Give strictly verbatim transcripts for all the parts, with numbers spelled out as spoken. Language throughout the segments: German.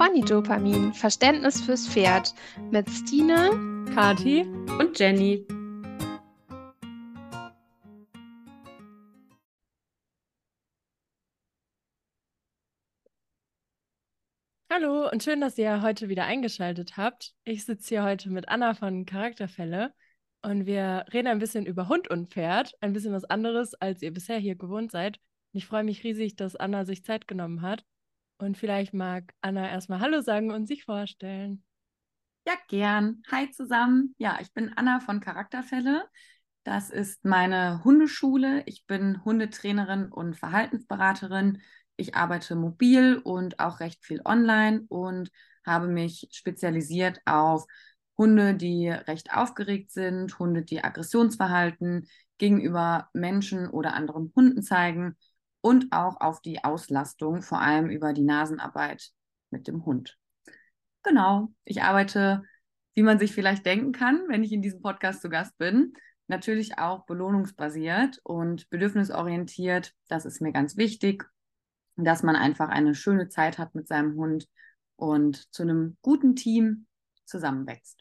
Ponydopamin, Verständnis fürs Pferd mit Stine, Kati und Jenny. Hallo und schön, dass ihr heute wieder eingeschaltet habt. Ich sitze hier heute mit Anna von Charakterfälle und wir reden ein bisschen über Hund und Pferd, ein bisschen was anderes, als ihr bisher hier gewohnt seid. Und ich freue mich riesig, dass Anna sich Zeit genommen hat. Und vielleicht mag Anna erstmal Hallo sagen und sich vorstellen. Ja, gern. Hi zusammen. Ja, ich bin Anna von Charakterfälle. Das ist meine Hundeschule. Ich bin Hundetrainerin und Verhaltensberaterin. Ich arbeite mobil und auch recht viel online und habe mich spezialisiert auf Hunde, die recht aufgeregt sind, Hunde, die Aggressionsverhalten gegenüber Menschen oder anderen Hunden zeigen und auch auf die Auslastung, vor allem über die Nasenarbeit mit dem Hund. Genau, ich arbeite, wie man sich vielleicht denken kann, wenn ich in diesem Podcast zu Gast bin, natürlich auch belohnungsbasiert und bedürfnisorientiert. Das ist mir ganz wichtig, dass man einfach eine schöne Zeit hat mit seinem Hund und zu einem guten Team zusammenwächst.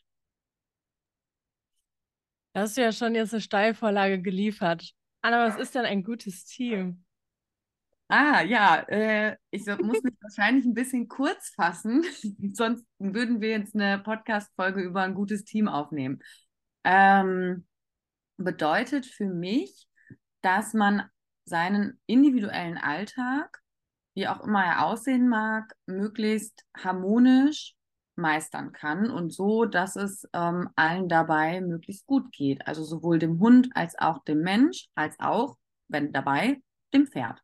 Da hast du ja schon jetzt eine Steilvorlage geliefert. Anna, was ist denn ein gutes Team? Ah, ja, äh, ich so, muss mich wahrscheinlich ein bisschen kurz fassen, sonst würden wir jetzt eine Podcast-Folge über ein gutes Team aufnehmen. Ähm, bedeutet für mich, dass man seinen individuellen Alltag, wie auch immer er aussehen mag, möglichst harmonisch meistern kann und so, dass es ähm, allen dabei möglichst gut geht. Also sowohl dem Hund als auch dem Mensch, als auch, wenn dabei, dem Pferd.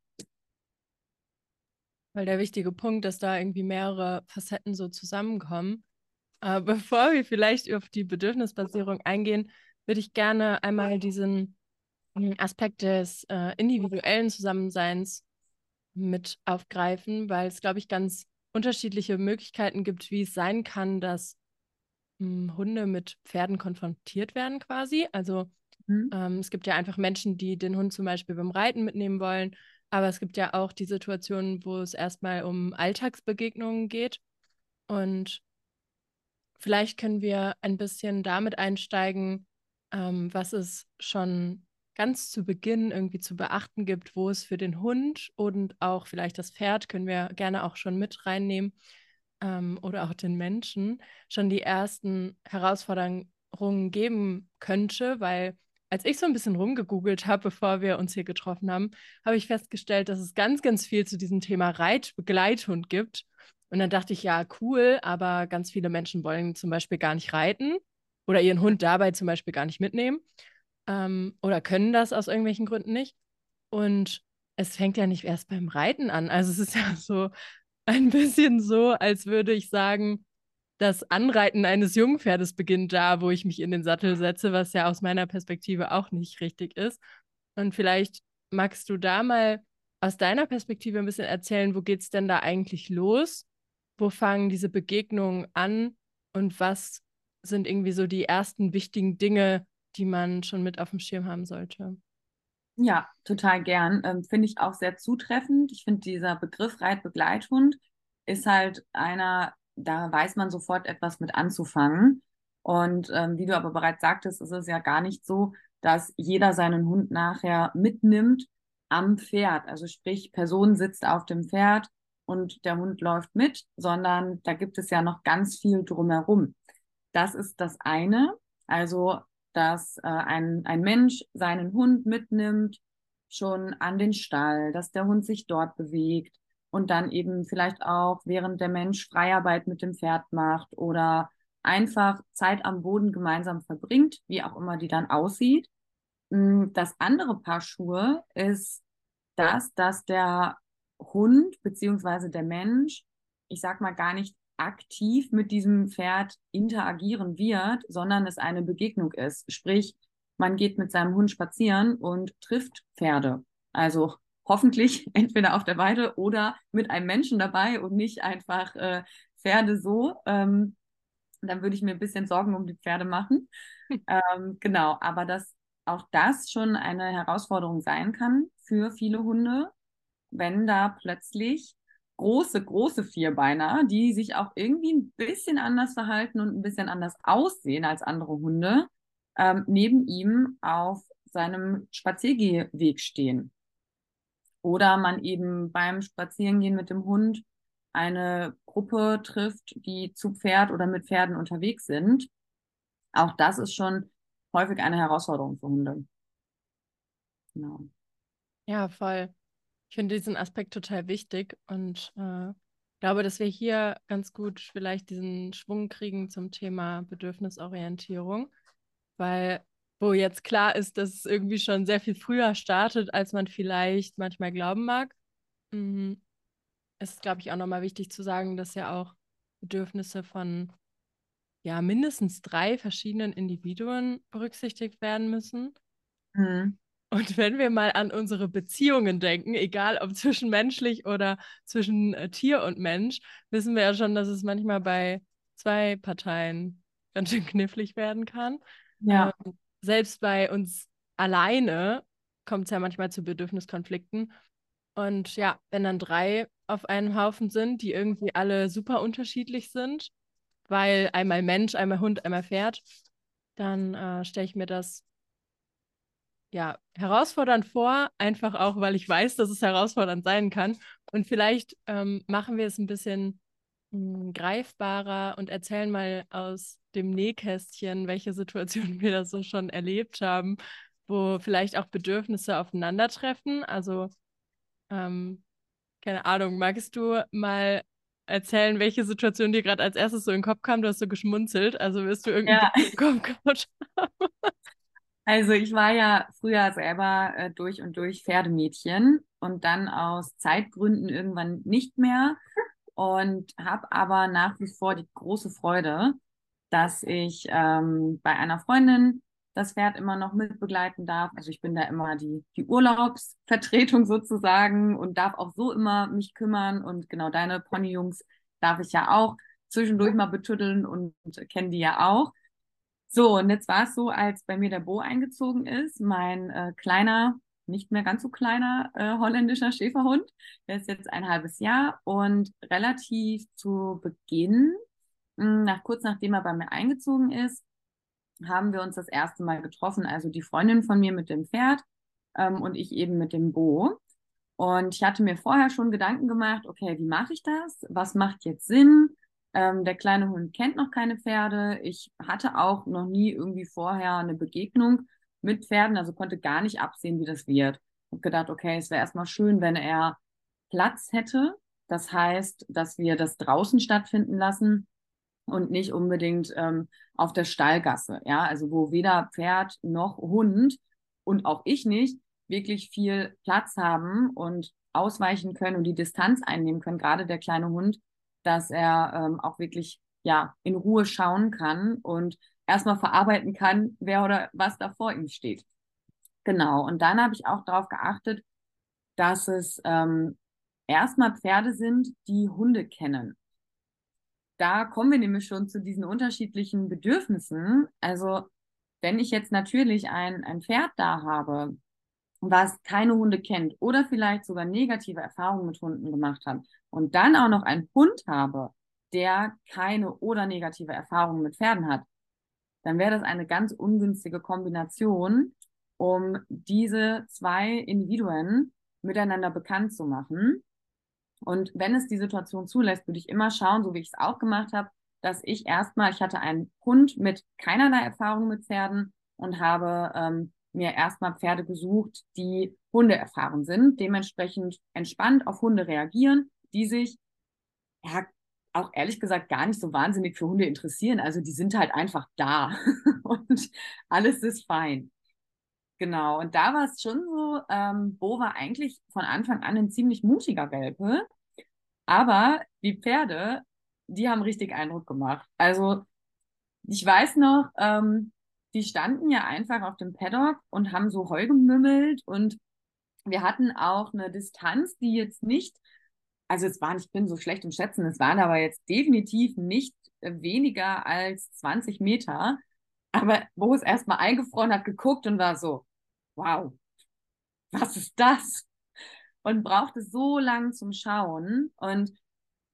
Weil der wichtige Punkt, dass da irgendwie mehrere Facetten so zusammenkommen. Äh, bevor wir vielleicht auf die Bedürfnisbasierung eingehen, würde ich gerne einmal diesen mm, Aspekt des äh, individuellen Zusammenseins mit aufgreifen, weil es, glaube ich, ganz unterschiedliche Möglichkeiten gibt, wie es sein kann, dass mh, Hunde mit Pferden konfrontiert werden quasi. Also Mhm. ähm, es gibt ja einfach Menschen, die den Hund zum Beispiel beim Reiten mitnehmen wollen, aber es gibt ja auch die Situationen, wo es erstmal um Alltagsbegegnungen geht. Und vielleicht können wir ein bisschen damit einsteigen, ähm, was es schon ganz zu Beginn irgendwie zu beachten gibt, wo es für den Hund und auch vielleicht das Pferd, können wir gerne auch schon mit reinnehmen, ähm, oder auch den Menschen, schon die ersten Herausforderungen geben könnte, weil als ich so ein bisschen rumgegoogelt habe, bevor wir uns hier getroffen haben, habe ich festgestellt, dass es ganz, ganz viel zu diesem Thema Reitbegleithund gibt. Und dann dachte ich, ja, cool, aber ganz viele Menschen wollen zum Beispiel gar nicht reiten oder ihren Hund dabei zum Beispiel gar nicht mitnehmen, ähm, oder können das aus irgendwelchen Gründen nicht. Und es fängt ja nicht erst beim Reiten an. Also es ist ja so ein bisschen so, als würde ich sagen, das Anreiten eines Jungpferdes beginnt da, wo ich mich in den Sattel setze, was ja aus meiner Perspektive auch nicht richtig ist. Und vielleicht magst du da mal aus deiner Perspektive ein bisschen erzählen, wo geht es denn da eigentlich los? Wo fangen diese Begegnungen an? Und was sind irgendwie so die ersten wichtigen Dinge, die man schon mit auf dem Schirm haben sollte? Ja, total gern. Ähm, finde ich auch sehr zutreffend. Ich finde, dieser Begriff Reitbegleithund ist halt einer, da weiß man sofort etwas mit anzufangen. Und ähm, wie du aber bereits sagtest, ist es ja gar nicht so, dass jeder seinen Hund nachher mitnimmt am Pferd. Also sprich, Person sitzt auf dem Pferd und der Hund läuft mit, sondern da gibt es ja noch ganz viel drumherum. Das ist das eine. Also dass äh, ein, ein Mensch seinen Hund mitnimmt, schon an den Stall, dass der Hund sich dort bewegt und dann eben vielleicht auch, während der Mensch Freiarbeit mit dem Pferd macht oder einfach Zeit am Boden gemeinsam verbringt, wie auch immer die dann aussieht. Das andere Paar Schuhe ist das, dass der Hund beziehungsweise der Mensch, ich sag mal, gar nicht aktiv mit diesem Pferd interagieren wird, sondern es eine Begegnung ist. Sprich, man geht mit seinem Hund spazieren und trifft Pferde. Also hoffentlich entweder auf der Weide oder mit einem Menschen dabei und nicht einfach äh, Pferde so. Ähm, dann würde ich mir ein bisschen Sorgen um die Pferde machen. Ähm, genau, aber dass auch das schon eine Herausforderung sein kann für viele Hunde, wenn da plötzlich große, große Vierbeiner, die sich auch irgendwie ein bisschen anders verhalten und ein bisschen anders aussehen als andere Hunde, ähm, neben ihm auf seinem Spaziergehweg stehen. Oder man eben beim Spazierengehen mit dem Hund eine Gruppe trifft, die zu Pferd oder mit Pferden unterwegs sind. Auch das ist schon häufig eine Herausforderung für Hunde. Genau. Ja, voll. Ich finde diesen Aspekt total wichtig und äh, glaube, dass wir hier ganz gut vielleicht diesen Schwung kriegen zum Thema Bedürfnisorientierung, weil wo jetzt klar ist, dass es irgendwie schon sehr viel früher startet, als man vielleicht manchmal glauben mag, mhm. ist, glaube ich, auch nochmal wichtig zu sagen, dass ja auch Bedürfnisse von ja mindestens drei verschiedenen Individuen berücksichtigt werden müssen. Mhm. Und wenn wir mal an unsere Beziehungen denken, egal ob zwischenmenschlich oder zwischen äh, Tier und Mensch, wissen wir ja schon, dass es manchmal bei zwei Parteien ganz schön knifflig werden kann. Ja. Ähm, selbst bei uns alleine kommt es ja manchmal zu Bedürfniskonflikten. Und ja, wenn dann drei auf einem Haufen sind, die irgendwie alle super unterschiedlich sind, weil einmal Mensch, einmal Hund, einmal Pferd, dann äh, stelle ich mir das ja, herausfordernd vor, einfach auch, weil ich weiß, dass es herausfordernd sein kann. Und vielleicht ähm, machen wir es ein bisschen mh, greifbarer und erzählen mal aus dem Nähkästchen, welche Situationen wir da so schon erlebt haben, wo vielleicht auch Bedürfnisse aufeinandertreffen. Also, ähm, keine Ahnung, magst du mal erzählen, welche Situation dir gerade als erstes so in den Kopf kam? Du hast so geschmunzelt, also wirst du irgendein Ja. Bild im Kopf gehabt haben? Also ich war ja früher selber äh, durch und durch Pferdemädchen und dann aus Zeitgründen irgendwann nicht mehr und habe aber nach wie vor die große Freude, dass ich ähm, bei einer Freundin das Pferd immer noch mitbegleiten darf. Also ich bin da immer die, die Urlaubsvertretung sozusagen und darf auch so immer mich kümmern. Und genau deine Ponyjungs darf ich ja auch zwischendurch mal betüddeln und, und kennen die ja auch. So, und jetzt war es so, als bei mir der Bo eingezogen ist, mein äh, kleiner, nicht mehr ganz so kleiner äh, holländischer Schäferhund, der ist jetzt ein halbes Jahr und relativ zu Beginn, mh, nach kurz nachdem er bei mir eingezogen ist, haben wir uns das erste Mal getroffen, also die Freundin von mir mit dem Pferd ähm, und ich eben mit dem Bo. Und ich hatte mir vorher schon Gedanken gemacht, okay, wie mache ich das? Was macht jetzt Sinn? Ähm, der kleine Hund kennt noch keine Pferde. Ich hatte auch noch nie irgendwie vorher eine Begegnung mit Pferden, also konnte gar nicht absehen, wie das wird. Ich habe gedacht, okay, es wäre erstmal schön, wenn er Platz hätte. Das heißt, dass wir das draußen stattfinden lassen und nicht unbedingt ähm, auf der Stallgasse, ja, also wo weder Pferd noch Hund und auch ich nicht wirklich viel Platz haben und ausweichen können und die Distanz einnehmen können, gerade der kleine Hund, dass er ähm, auch wirklich ja in Ruhe schauen kann und erstmal verarbeiten kann, wer oder was da vor ihm steht. Genau. Und dann habe ich auch darauf geachtet, dass es ähm, erstmal Pferde sind, die Hunde kennen. Da kommen wir nämlich schon zu diesen unterschiedlichen Bedürfnissen. Also wenn ich jetzt natürlich ein, ein Pferd da habe, was keine Hunde kennt oder vielleicht sogar negative Erfahrungen mit Hunden gemacht hat und dann auch noch einen Hund habe, der keine oder negative Erfahrungen mit Pferden hat, dann wäre das eine ganz ungünstige Kombination, um diese zwei Individuen miteinander bekannt zu machen. Und wenn es die Situation zulässt, würde ich immer schauen, so wie ich es auch gemacht habe, dass ich erstmal, ich hatte einen Hund mit keinerlei Erfahrung mit Pferden und habe ähm, mir erstmal Pferde gesucht, die Hunde erfahren sind, dementsprechend entspannt auf Hunde reagieren, die sich ja auch ehrlich gesagt gar nicht so wahnsinnig für Hunde interessieren. Also die sind halt einfach da und alles ist fein. Genau, und da war es schon so, ähm, Bo war eigentlich von Anfang an ein ziemlich mutiger Welpe, aber die Pferde, die haben richtig Eindruck gemacht. Also ich weiß noch, ähm, die standen ja einfach auf dem Paddock und haben so Heu gemümmelt und wir hatten auch eine Distanz, die jetzt nicht, also es waren, ich bin so schlecht im Schätzen, es waren aber jetzt definitiv nicht äh, weniger als zwanzig Meter. Aber Bo ist erstmal eingefroren, hat geguckt und war so, wow, was ist das? Und brauchte so lang zum Schauen. Und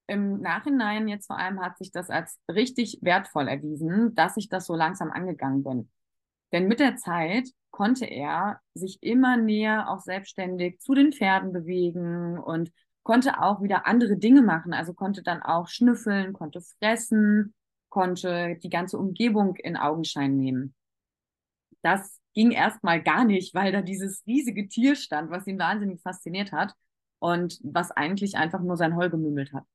im Nachhinein jetzt vor allem hat sich das als richtig wertvoll erwiesen, dass ich das so langsam angegangen bin. Denn mit der Zeit konnte er sich immer näher auch selbstständig zu den Pferden bewegen und konnte auch wieder andere Dinge machen. Also konnte dann auch schnüffeln, konnte fressen, konnte die ganze Umgebung in Augenschein nehmen. Das ging erstmal gar nicht, weil da dieses riesige Tier stand, was ihn wahnsinnig fasziniert hat und was eigentlich einfach nur sein Heu gemümmelt hat.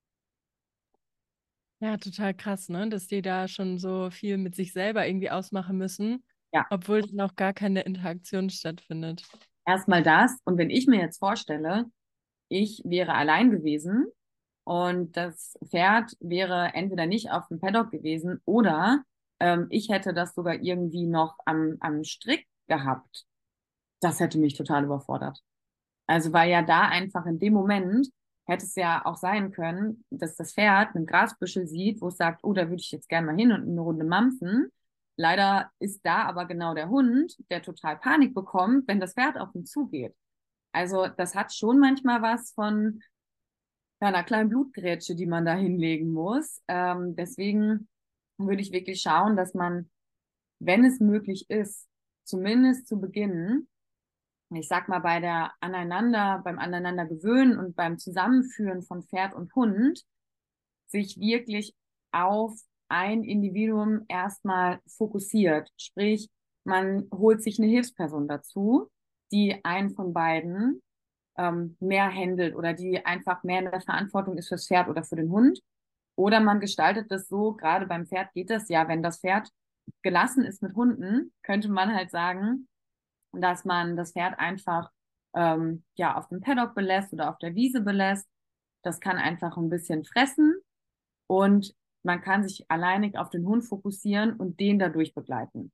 Ja, total krass, ne? Dass die da schon so viel mit sich selber irgendwie ausmachen müssen, Ja. obwohl noch gar keine Interaktion stattfindet. Erstmal das. Und wenn ich mir jetzt vorstelle, ich wäre allein gewesen und das Pferd wäre entweder nicht auf dem Paddock gewesen oder ähm, ich hätte das sogar irgendwie noch am, am Strick gehabt, das hätte mich total überfordert. Also weil ja da einfach in dem Moment hätte es ja auch sein können, dass das Pferd einen Grasbüschel sieht, wo es sagt, oh, da würde ich jetzt gerne mal hin und eine Runde mampfen. Leider ist da aber genau der Hund, der total Panik bekommt, wenn das Pferd auf ihn zugeht. Also das hat schon manchmal was von ja, einer kleinen Blutgrätsche, die man da hinlegen muss. Ähm, deswegen würde ich wirklich schauen, dass man, wenn es möglich ist, zumindest zu Beginn, ich sag mal, bei der Aneinander, beim Aneinander gewöhnen und beim Zusammenführen von Pferd und Hund, sich wirklich auf ein Individuum erstmal fokussiert. Sprich, man holt sich eine Hilfsperson dazu, die einen von beiden ähm, mehr handelt oder die einfach mehr in der Verantwortung ist fürs Pferd oder für den Hund. Oder man gestaltet das so, gerade beim Pferd geht das ja, wenn das Pferd gelassen ist mit Hunden, könnte man halt sagen, dass man das Pferd einfach ähm, ja auf dem Paddock belässt oder auf der Wiese belässt. Das kann einfach ein bisschen fressen und man kann sich alleinig auf den Hund fokussieren und den dadurch begleiten.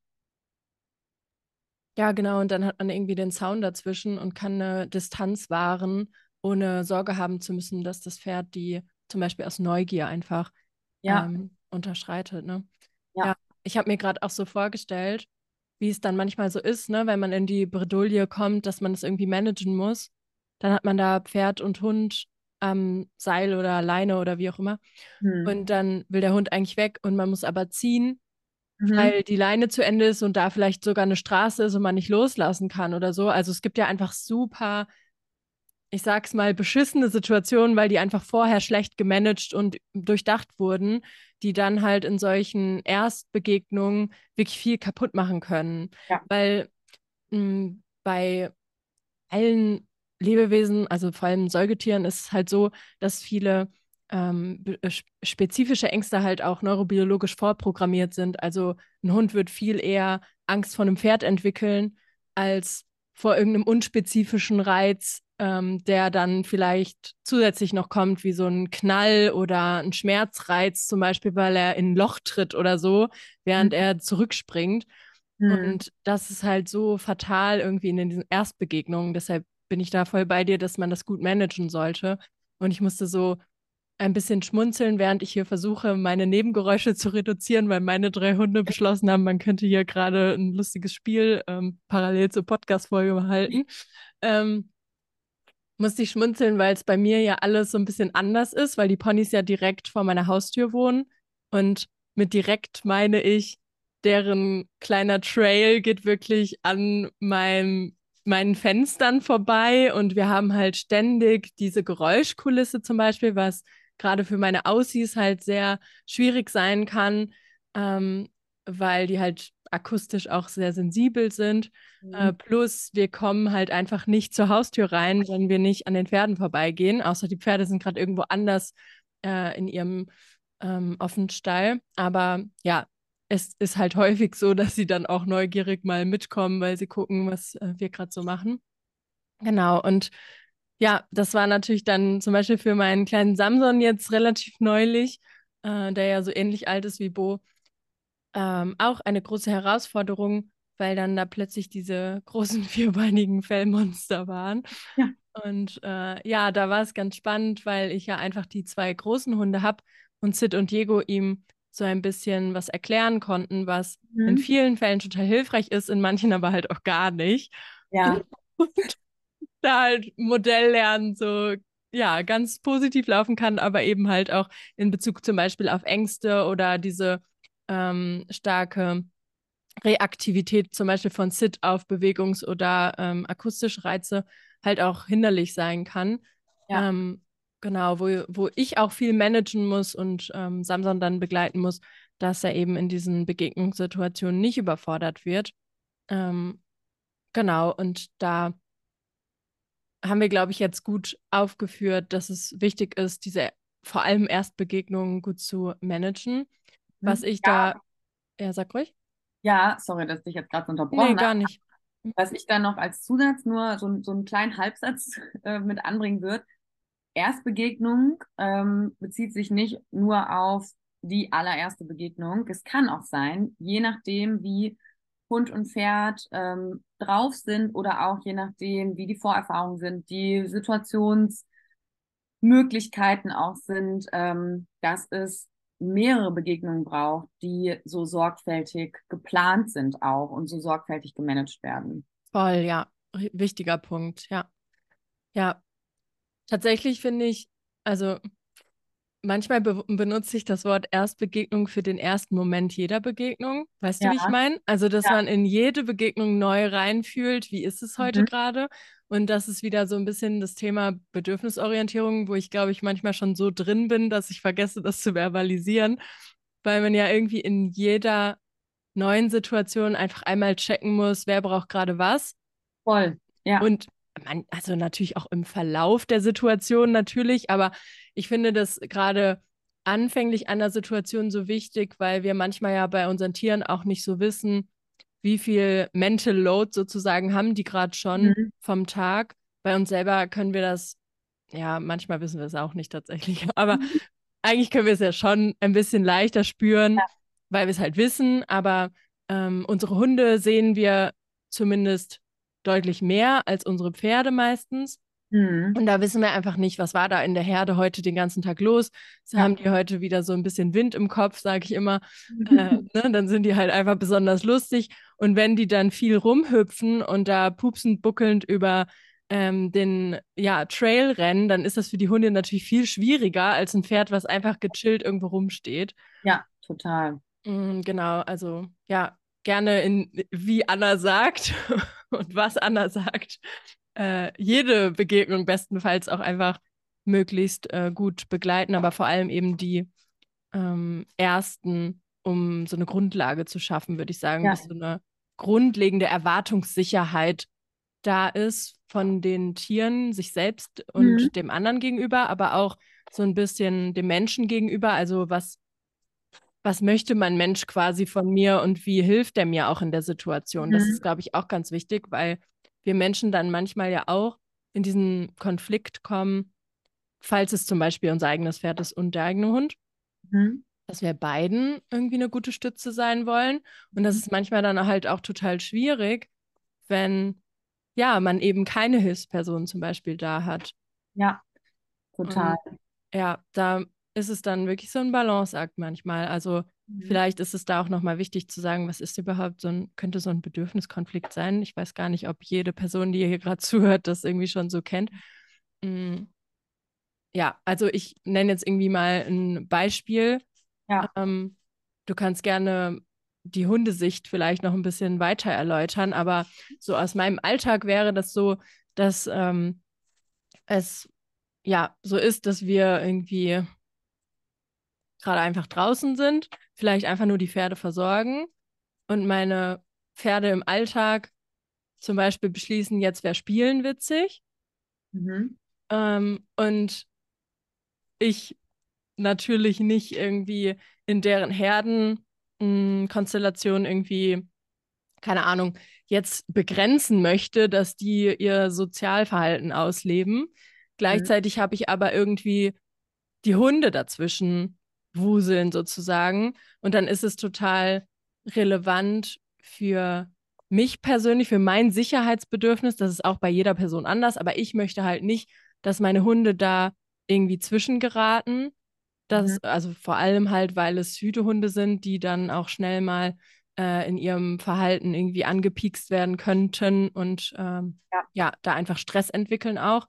Ja, genau. Und dann hat man irgendwie den Zaun dazwischen und kann eine Distanz wahren, ohne Sorge haben zu müssen, dass das Pferd die zum Beispiel aus Neugier einfach Ja, ähm, unterschreitet. Ne? ja. Ja, ich habe mir gerade auch so vorgestellt, wie es dann manchmal so ist, ne, wenn man in die Bredouille kommt, dass man das irgendwie managen muss. Dann hat man da Pferd und Hund am Seil oder Leine oder wie auch immer. Hm. Und dann will der Hund eigentlich weg und man muss aber ziehen, Mhm. weil die Leine zu Ende ist und da vielleicht sogar eine Straße ist und man nicht loslassen kann oder so. Also es gibt ja einfach super, ich sag's mal, beschissene Situationen, weil die einfach vorher schlecht gemanagt und durchdacht wurden, die dann halt in solchen Erstbegegnungen wirklich viel kaputt machen können. Ja. Weil mh, bei allen Lebewesen, also vor allem Säugetieren, ist es halt so, dass viele ähm, be- äh, spezifische Ängste halt auch neurobiologisch vorprogrammiert sind. Also ein Hund wird viel eher Angst vor einem Pferd entwickeln, als vor irgendeinem unspezifischen Reiz, ähm, der dann vielleicht zusätzlich noch kommt, wie so ein Knall oder ein Schmerzreiz, zum Beispiel, weil er in ein Loch tritt oder so, während er zurückspringt. Hm. Und das ist halt so fatal irgendwie in diesen Erstbegegnungen. Deshalb bin ich da voll bei dir, dass man das gut managen sollte. Und ich musste so ein bisschen schmunzeln, während ich hier versuche, meine Nebengeräusche zu reduzieren, weil meine drei Hunde beschlossen haben, man könnte hier gerade ein lustiges Spiel ähm, parallel zur Podcast-Folge halten. Ähm, musste ich schmunzeln, weil es bei mir ja alles so ein bisschen anders ist, weil die Ponys ja direkt vor meiner Haustür wohnen. Und mit direkt meine ich, deren kleiner Trail geht wirklich an meinem, meinen Fenstern vorbei. Und wir haben halt ständig diese Geräuschkulisse zum Beispiel, was gerade für meine Aussies halt sehr schwierig sein kann, ähm, weil die halt akustisch auch sehr sensibel sind. Äh, Mhm. plus, wir kommen halt einfach nicht zur Haustür rein, wenn wir nicht an den Pferden vorbeigehen. Außer die Pferde sind gerade irgendwo anders äh, in ihrem ähm, Offenstall. Aber ja, es ist halt häufig so, dass sie dann auch neugierig mal mitkommen, weil sie gucken, was äh, wir gerade so machen. Genau. Und ja, das war natürlich dann zum Beispiel für meinen kleinen Samson jetzt relativ neulich, äh, der ja so ähnlich alt ist wie Bo, ähm, auch eine große Herausforderung, weil dann da plötzlich diese großen vierbeinigen Fellmonster waren. Ja. Und äh, ja, da war es ganz spannend, weil ich ja einfach die zwei großen Hunde habe und Sid und Diego ihm so ein bisschen was erklären konnten, was in Mhm. vielen Fällen total hilfreich ist, in manchen aber halt auch gar nicht. Ja. Und da halt Modell lernen, so ja, ganz positiv laufen kann, aber eben halt auch in Bezug zum Beispiel auf Ängste oder diese ähm, starke Reaktivität zum Beispiel von Sit-auf Bewegungs- oder ähm, akustische Reize halt auch hinderlich sein kann. Ja. Ähm, genau, wo, wo ich auch viel managen muss und ähm, Samson dann begleiten muss, dass er eben in diesen Begegnungssituationen nicht überfordert wird. Ähm, genau, und da haben wir, glaube ich, jetzt gut aufgeführt, dass es wichtig ist, diese vor allem Erstbegegnungen gut zu managen. Was Hm. ich Ja, da, ja, sag ruhig. ja, sorry, dass ich dich jetzt gerade so Nee, unterbrochen habe. gar nicht. Was ich dann noch als Zusatz nur so, so einen kleinen Halbsatz äh, mit anbringen würde. Erstbegegnung ähm, bezieht sich nicht nur auf die allererste Begegnung. Es kann auch sein, je nachdem, wie Hund und Pferd ähm, drauf sind oder auch je nachdem, wie die Vorerfahrungen sind, die Situationsmöglichkeiten auch sind, ähm, dass es mehrere Begegnungen braucht, die so sorgfältig geplant sind auch und so sorgfältig gemanagt werden. Voll, ja. R- Wichtiger Punkt, ja. Ja, tatsächlich finde ich, also manchmal be benutze ich das Wort Erstbegegnung für den ersten Moment jeder Begegnung. Weißt du, Ja, wie ich meine? Also, dass ja. man in jede Begegnung neu reinfühlt, wie ist es heute Mhm. gerade? Und das ist wieder so ein bisschen das Thema Bedürfnisorientierung, wo ich glaube ich manchmal schon so drin bin, dass ich vergesse, das zu verbalisieren, weil man ja irgendwie in jeder neuen Situation einfach einmal checken muss, wer braucht gerade was. Voll. Ja. Und man, also natürlich auch im Verlauf der Situation natürlich, aber ich finde das gerade anfänglich an der Situation so wichtig, weil wir manchmal ja bei unseren Tieren auch nicht so wissen, wie viel Mental Load sozusagen haben die gerade schon Mhm. vom Tag. Bei uns selber können wir das, ja, manchmal wissen wir es auch nicht tatsächlich, aber eigentlich können wir es ja schon ein bisschen leichter spüren, weil wir es halt wissen, aber ähm, unsere Hunde sehen wir zumindest deutlich mehr als unsere Pferde meistens. Mhm. Und da wissen wir einfach nicht, was war da in der Herde heute den ganzen Tag los. So Ja. haben die heute wieder so ein bisschen Wind im Kopf, sage ich immer. Äh, ne? Dann sind die halt einfach besonders lustig. Und wenn die dann viel rumhüpfen und da pupsend, buckelnd über ähm, den ja, Trail rennen, dann ist das für die Hunde natürlich viel schwieriger als ein Pferd, was einfach gechillt irgendwo rumsteht. Ja, total. Mm, genau, also ja, gerne in wie Anna sagt und was Anna sagt. Äh, jede Begegnung bestenfalls auch einfach möglichst äh, gut begleiten, aber vor allem eben die ähm, ersten, um so eine Grundlage zu schaffen, würde ich sagen, Ja. bis so eine grundlegende Erwartungssicherheit da ist von den Tieren, sich selbst Mhm. und dem anderen gegenüber, aber auch so ein bisschen dem Menschen gegenüber. Also was was möchte mein Mensch quasi von mir und wie hilft er mir auch in der Situation? Das ist, Mhm. glaube ich, auch ganz wichtig, weil wir Menschen dann manchmal ja auch in diesen Konflikt kommen, falls es zum Beispiel unser eigenes Pferd ist und der eigene Hund, Mhm. dass wir beiden irgendwie eine gute Stütze sein wollen. Und das ist manchmal dann halt auch total schwierig, wenn ja, man eben keine Hilfsperson zum Beispiel da hat. Ja, total. Und ja, da ist es dann wirklich so ein Balanceakt manchmal. Also Mhm. vielleicht ist es da auch nochmal wichtig zu sagen, was ist überhaupt so ein, könnte so ein Bedürfniskonflikt sein? Ich weiß gar nicht, ob jede Person, die hier gerade zuhört, das irgendwie schon so kennt. Mm, ja, also ich nenne jetzt irgendwie mal ein Beispiel. Ja. Ähm, du kannst gerne die Hundesicht vielleicht noch ein bisschen weiter erläutern, aber so aus meinem Alltag wäre das so, dass ähm, es ja so ist, dass wir irgendwie gerade einfach draußen sind, vielleicht einfach nur die Pferde versorgen und meine Pferde im Alltag zum Beispiel beschließen, jetzt wäre Spielen witzig. Mhm. Ähm, und ich natürlich nicht irgendwie in deren Herdenkonstellation irgendwie, keine Ahnung, jetzt begrenzen möchte, dass die ihr Sozialverhalten ausleben. Mhm. Gleichzeitig habe ich aber irgendwie die Hunde dazwischen wuseln sozusagen. Und dann ist es total relevant für mich persönlich, für mein Sicherheitsbedürfnis. Das ist auch bei jeder Person anders, aber ich möchte halt nicht, dass meine Hunde da irgendwie zwischengeraten. Mhm. Das, also vor allem halt, weil es Hütehunde sind, die dann auch schnell mal äh, in ihrem Verhalten irgendwie angepiekst werden könnten und ähm, Ja. ja, da einfach Stress entwickeln auch.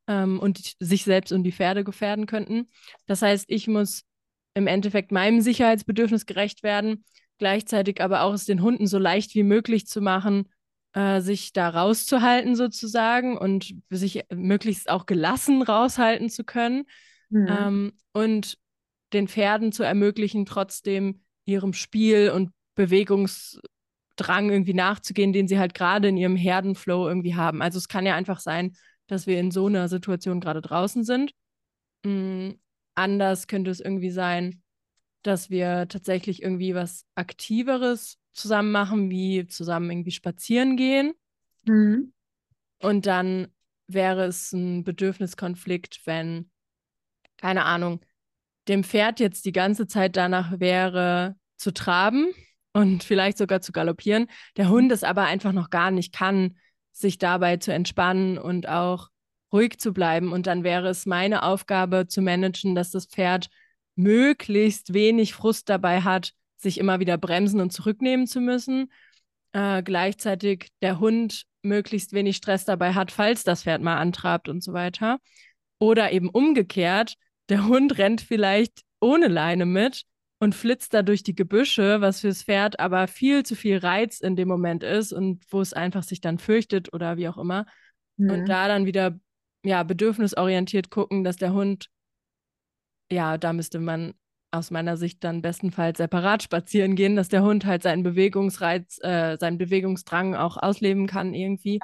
ähm, und sich selbst und die Pferde gefährden könnten. Das heißt, ich muss im Endeffekt meinem Sicherheitsbedürfnis gerecht werden, gleichzeitig aber auch es den Hunden so leicht wie möglich zu machen, äh, sich da rauszuhalten sozusagen und sich möglichst auch gelassen raushalten zu können, Mhm. ähm, und den Pferden zu ermöglichen, trotzdem ihrem Spiel und Bewegungsdrang irgendwie nachzugehen, den sie halt gerade in ihrem Herdenflow irgendwie haben. Also es kann ja einfach sein, dass wir in so einer Situation gerade draußen sind. Mm, anders könnte es irgendwie sein, dass wir tatsächlich irgendwie was Aktiveres zusammen machen, wie zusammen irgendwie spazieren gehen. Mhm. Und dann wäre es ein Bedürfniskonflikt, wenn, keine Ahnung, dem Pferd jetzt die ganze Zeit danach wäre zu traben und vielleicht sogar zu galoppieren, der Hund es aber einfach noch gar nicht kann, sich dabei zu entspannen und auch ruhig zu bleiben. Und dann wäre es meine Aufgabe zu managen, dass das Pferd möglichst wenig Frust dabei hat, sich immer wieder bremsen und zurücknehmen zu müssen. Äh, gleichzeitig der Hund möglichst wenig Stress dabei hat, falls das Pferd mal antrabt und so weiter. Oder eben umgekehrt, der Hund rennt vielleicht ohne Leine mit und flitzt da durch die Gebüsche, was fürs Pferd aber viel zu viel Reiz in dem Moment ist und wo es einfach sich dann fürchtet oder wie auch immer. Und Mhm. da dann wieder, ja, bedürfnisorientiert gucken, dass der Hund, ja, da müsste man aus meiner Sicht dann bestenfalls separat spazieren gehen, dass der Hund halt seinen Bewegungsreiz, äh, seinen Bewegungsdrang auch ausleben kann irgendwie.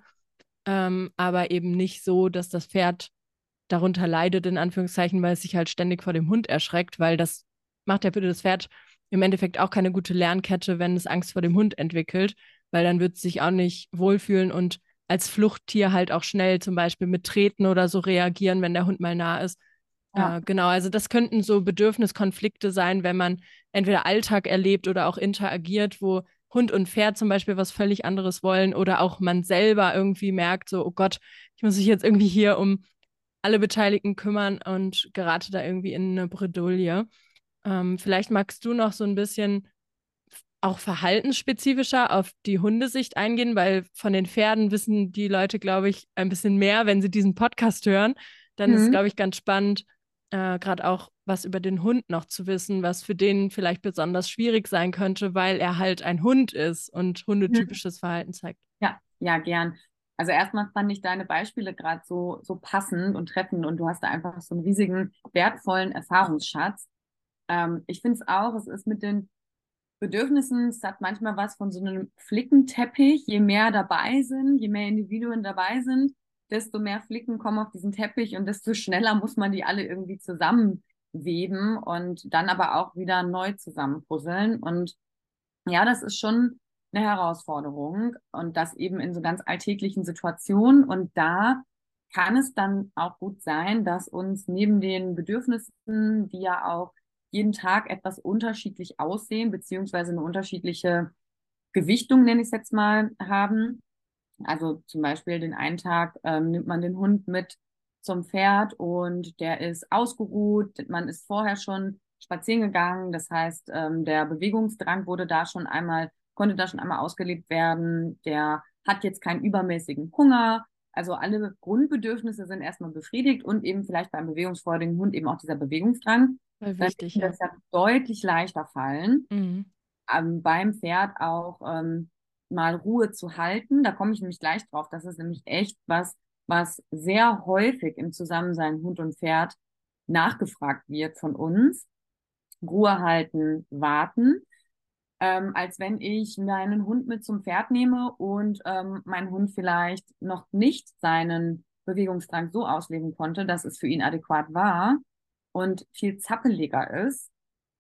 Ähm, aber eben nicht so, dass das Pferd darunter leidet, in Anführungszeichen, weil es sich halt ständig vor dem Hund erschreckt, weil das macht ja für das Pferd im Endeffekt auch keine gute Lernkette, wenn es Angst vor dem Hund entwickelt, weil dann wird es sich auch nicht wohlfühlen und als Fluchttier halt auch schnell zum Beispiel mit Treten oder so reagieren, wenn der Hund mal nah ist. Ja. Äh, genau, also das könnten so Bedürfniskonflikte sein, wenn man entweder Alltag erlebt oder auch interagiert, wo Hund und Pferd zum Beispiel was völlig anderes wollen oder auch man selber irgendwie merkt, so, oh Gott, ich muss mich jetzt irgendwie hier um alle Beteiligten kümmern und gerate da irgendwie in eine Bredouille. Ähm, vielleicht magst du noch so ein bisschen auch verhaltensspezifischer auf die Hundesicht eingehen, weil von den Pferden wissen die Leute, glaube ich, ein bisschen mehr, wenn sie diesen Podcast hören. Dann ist es, Mhm. glaube ich, ganz spannend, äh, gerade auch was über den Hund noch zu wissen, was für den vielleicht besonders schwierig sein könnte, weil er halt ein Hund ist und Mhm. hundetypisches Verhalten zeigt. Ja, ja, gern. Also erstmal fand ich deine Beispiele gerade so, so passend und treffend und du hast da einfach so einen riesigen, wertvollen Erfahrungsschatz. Ähm, ich finde es auch, es ist mit den Bedürfnissen, es hat manchmal was von so einem Flickenteppich. Je mehr dabei sind, je mehr Individuen dabei sind, desto mehr Flicken kommen auf diesen Teppich und desto schneller muss man die alle irgendwie zusammenweben und dann aber auch wieder neu zusammenpuzzeln. Und ja, das ist schon eine Herausforderung und das eben in so ganz alltäglichen Situationen. Und da kann es dann auch gut sein, dass uns neben den Bedürfnissen, die ja auch jeden Tag etwas unterschiedlich aussehen, beziehungsweise eine unterschiedliche Gewichtung, nenne ich es jetzt mal, haben. Also zum Beispiel den einen Tag ähm, nimmt man den Hund mit zum Pferd und der ist ausgeruht, man ist vorher schon spazieren gegangen, das heißt, ähm, der Bewegungsdrang wurde da schon einmal, konnte da schon einmal ausgelebt werden, der hat jetzt keinen übermäßigen Hunger, also alle Grundbedürfnisse sind erstmal befriedigt und eben vielleicht beim bewegungsfreudigen Hund eben auch dieser Bewegungsdrang. Voll Dann wichtig, wird ja. das ja deutlich leichter fallen Mhm. ähm, beim Pferd auch ähm, mal Ruhe zu halten. Da komme ich nämlich gleich drauf. Das ist nämlich echt was, was sehr häufig im Zusammensein Hund und Pferd nachgefragt wird von uns. Ruhe halten, warten. Ähm, als wenn ich meinen Hund mit zum Pferd nehme und ähm, mein Hund vielleicht noch nicht seinen Bewegungsdrang so ausleben konnte, dass es für ihn adäquat war und viel zappeliger ist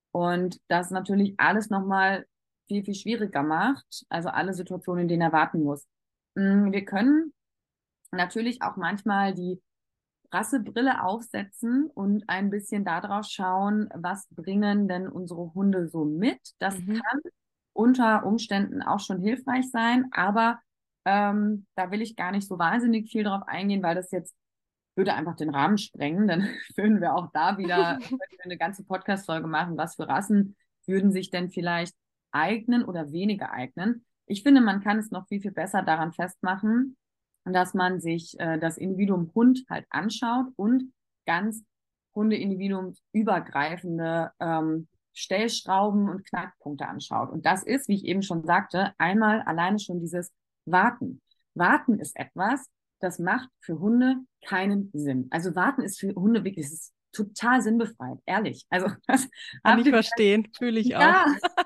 und das natürlich alles nochmal viel, viel schwieriger macht. Also alle Situationen, in denen er warten muss. Mm, Wir können natürlich auch manchmal die Rassebrille aufsetzen und ein bisschen darauf schauen, was bringen denn unsere Hunde so mit. Das Mhm. kann unter Umständen auch schon hilfreich sein, aber ähm, da will ich gar nicht so wahnsinnig viel drauf eingehen, weil das jetzt würde einfach den Rahmen sprengen. Dann würden wir auch da wieder eine ganze Podcast-Folge machen. Was für Rassen würden sich denn vielleicht eignen oder weniger eignen? Ich finde, man kann es noch viel, viel besser daran festmachen, dass man sich äh, das Individuum Hund halt anschaut und ganz Hundeindividuumsübergreifende ähm, Stellschrauben und Knackpunkte anschaut. Und das ist, wie ich eben schon sagte, einmal alleine schon dieses Warten. Warten ist etwas, das macht für Hunde keinen Sinn. Also Warten ist für Hunde wirklich, es ist total sinnbefreit, ehrlich. Also das Kann habt ich ihr verstehen, fühle ich auch. ja,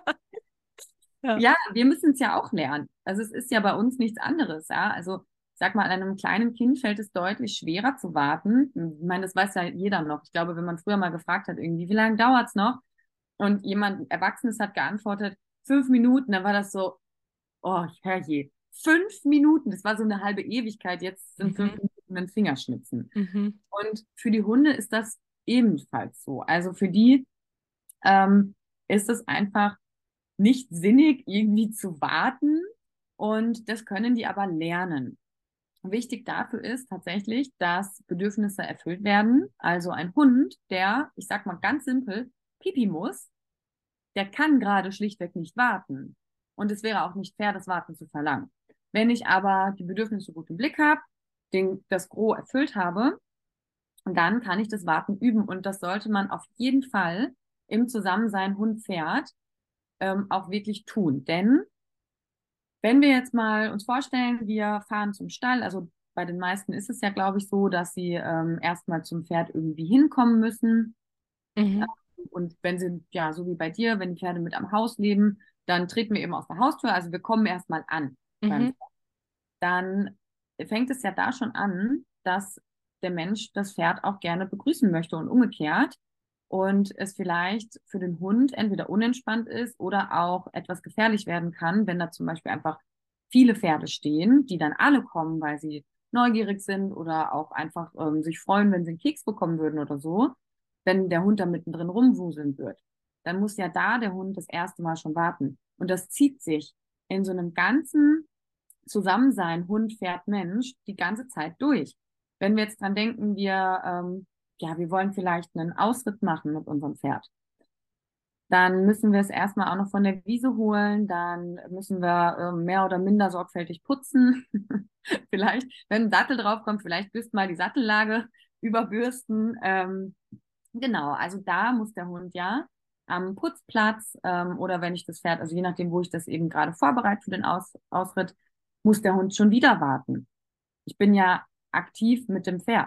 Ja. ja, wir müssen es ja auch lernen. Also es ist ja bei uns nichts anderes, ja. Also ich sag mal, einem kleinen Kind fällt es deutlich schwerer zu warten. Ich meine, das weiß ja jeder noch. Ich glaube, wenn man früher mal gefragt hat, irgendwie, wie lange dauert's noch? Und jemand Erwachsenes hat geantwortet, fünf Minuten, dann war das so, oh, herrje, fünf Minuten, das war so eine halbe Ewigkeit, jetzt sind fünf Mhm. Minuten ein Fingerschnipsen. Mhm. Und für die Hunde ist das ebenfalls so. Also für die ähm, ist es einfach nicht sinnig, irgendwie zu warten. Und das können die aber lernen. Wichtig dafür ist tatsächlich, dass Bedürfnisse erfüllt werden. Also ein Hund, der, ich sag mal ganz simpel, Pipi muss, der kann gerade schlichtweg nicht warten. Und es wäre auch nicht fair, das Warten zu verlangen. Wenn ich aber die Bedürfnisse gut im Blick habe, den, das Gros erfüllt habe, dann kann ich das Warten üben. Und das sollte man auf jeden Fall im Zusammensein Hund-Pferd ähm, auch wirklich tun. Denn wenn wir jetzt mal uns vorstellen, wir fahren zum Stall, also bei den meisten ist es ja, glaube ich, so, dass sie ähm, erstmal zum Pferd irgendwie hinkommen müssen. Mhm. Und wenn sie, ja, so wie bei dir, wenn die Pferde mit am Haus leben, dann treten wir eben aus der Haustür. Also wir kommen erstmal an beim Mhm. Pferd. Dann fängt es ja da schon an, dass der Mensch das Pferd auch gerne begrüßen möchte und umgekehrt. Und es vielleicht für den Hund entweder unentspannt ist oder auch etwas gefährlich werden kann, wenn da zum Beispiel einfach viele Pferde stehen, die dann alle kommen, weil sie neugierig sind oder auch einfach ähm, sich freuen, wenn sie einen Keks bekommen würden oder so, wenn der Hund da mittendrin rumwuseln wird. Dann muss ja da der Hund das erste Mal schon warten. Und das zieht sich in so einem ganzen Zusammensein Hund, Pferd, Mensch die ganze Zeit durch. Wenn wir jetzt dran denken, wir, ähm, ja, wir wollen vielleicht einen Ausritt machen mit unserem Pferd, dann müssen wir es erstmal auch noch von der Wiese holen, dann müssen wir ähm, mehr oder minder sorgfältig putzen. Vielleicht, wenn ein Sattel draufkommt, vielleicht bürst mal die Sattellage überbürsten. Ähm, genau, also da muss der Hund ja am Putzplatz ähm, oder wenn ich das Pferd, also je nachdem, wo ich das eben gerade vorbereite für den Aus Ausritt, muss der Hund schon wieder warten. Ich bin ja aktiv mit dem Pferd.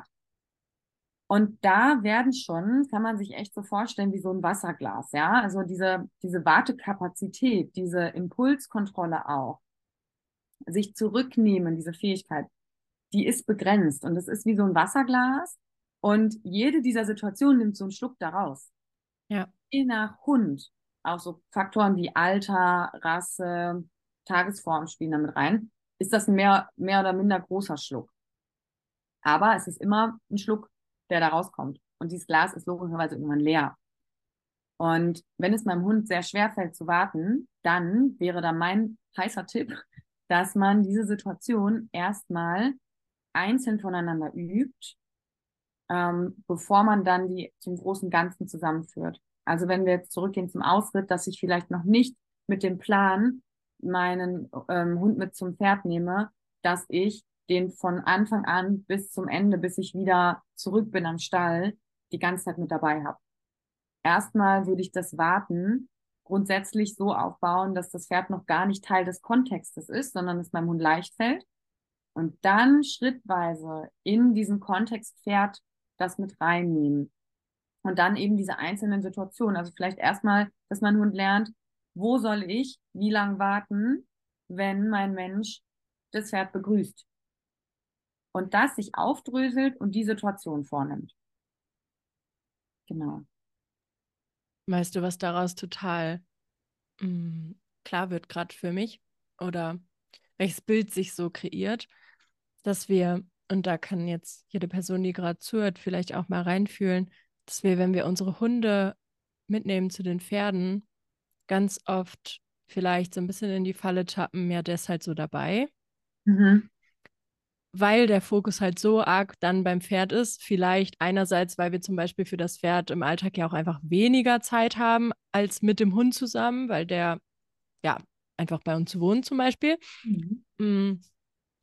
Und da werden schon, kann man sich echt so vorstellen, wie so ein Wasserglas, ja. Also diese, diese Wartekapazität, diese Impulskontrolle auch, sich zurücknehmen, diese Fähigkeit, die ist begrenzt. Und es ist wie so ein Wasserglas. Und jede dieser Situationen nimmt so einen Schluck daraus. Ja. Je nach Hund, auch so Faktoren wie Alter, Rasse, Tagesform spielen damit rein, ist das ein mehr, mehr oder minder großer Schluck. Aber es ist immer ein Schluck, der da rauskommt. Und dieses Glas ist logischerweise irgendwann leer. Und wenn es meinem Hund sehr schwer fällt zu warten, dann wäre da mein heißer Tipp, dass man diese Situation erstmal einzeln voneinander übt, ähm, bevor man dann die zum großen Ganzen zusammenführt. Also wenn wir jetzt zurückgehen zum Ausritt, dass ich vielleicht noch nicht mit dem Plan meinen ähm, Hund mit zum Pferd nehme, dass ich den von Anfang an bis zum Ende, bis ich wieder zurück bin am Stall, die ganze Zeit mit dabei habe. Erstmal würde ich das Warten grundsätzlich so aufbauen, dass das Pferd noch gar nicht Teil des Kontextes ist, sondern es meinem Hund leicht fällt. Und dann schrittweise in diesen Kontext Pferd das mit reinnehmen. Und dann eben diese einzelnen Situationen. Also vielleicht erstmal, dass mein Hund lernt, wo soll ich wie lang warten, wenn mein Mensch das Pferd begrüßt. Und das sich aufdröselt und die Situation vornimmt. Genau. Weißt du, was daraus total mh, klar wird, gerade für mich? Oder welches Bild sich so kreiert, dass wir, und da kann jetzt jede Person, die gerade zuhört, vielleicht auch mal reinfühlen, dass wir, wenn wir unsere Hunde mitnehmen zu den Pferden, ganz oft vielleicht so ein bisschen in die Falle tappen, ja, der ist halt so dabei, Mhm. weil der Fokus halt so arg dann beim Pferd ist. Vielleicht einerseits, weil wir zum Beispiel für das Pferd im Alltag ja auch einfach weniger Zeit haben als mit dem Hund zusammen, weil der ja einfach bei uns wohnt zum Beispiel. Mhm. Mm.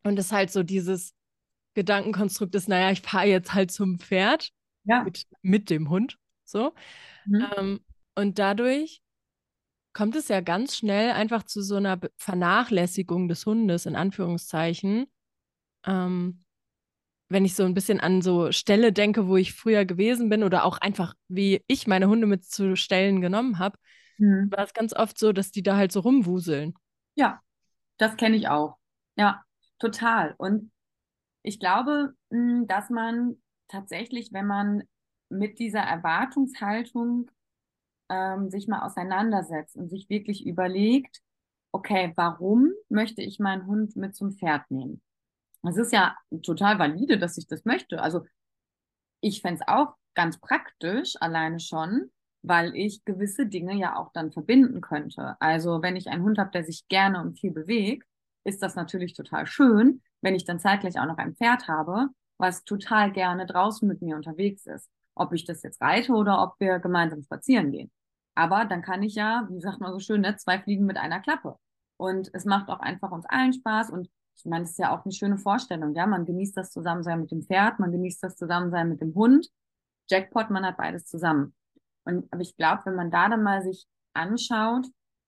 Und es halt so dieses Gedankenkonstrukt ist, naja, ich fahre jetzt halt zum Pferd Ja. mit, mit dem Hund. So. Mhm. Ähm, und dadurch kommt es ja ganz schnell einfach zu so einer Be- Vernachlässigung des Hundes, in Anführungszeichen. Ähm, wenn ich so ein bisschen an so Ställe denke, wo ich früher gewesen bin oder auch einfach, wie ich meine Hunde mit zu Stellen genommen habe, Mhm. war es ganz oft so, dass die da halt so rumwuseln. Ja, das kenne ich auch. Ja, total. Und ich glaube, mh, dass man tatsächlich, wenn man mit dieser Erwartungshaltung ähm, sich mal auseinandersetzt und sich wirklich überlegt, okay, warum möchte ich meinen Hund mit zum Pferd nehmen? Es ist ja total valide, dass ich das möchte. Also ich fände es auch ganz praktisch, alleine schon, weil ich gewisse Dinge ja auch dann verbinden könnte. Also wenn ich einen Hund habe, der sich gerne und viel bewegt, ist das natürlich total schön, wenn ich dann zeitgleich auch noch ein Pferd habe, was total gerne draußen mit mir unterwegs ist. Ob ich das jetzt reite oder ob wir gemeinsam spazieren gehen. Aber dann kann ich ja, wie sagt man so schön, ne, zwei Fliegen mit einer Klappe. Und es macht auch einfach uns allen Spaß. Und ich meine, das ist ja auch eine schöne Vorstellung, ja. Man genießt das Zusammensein mit dem Pferd, man genießt das Zusammensein mit dem Hund. Jackpot, man hat beides zusammen. Und aber ich glaube, wenn man da dann mal sich anschaut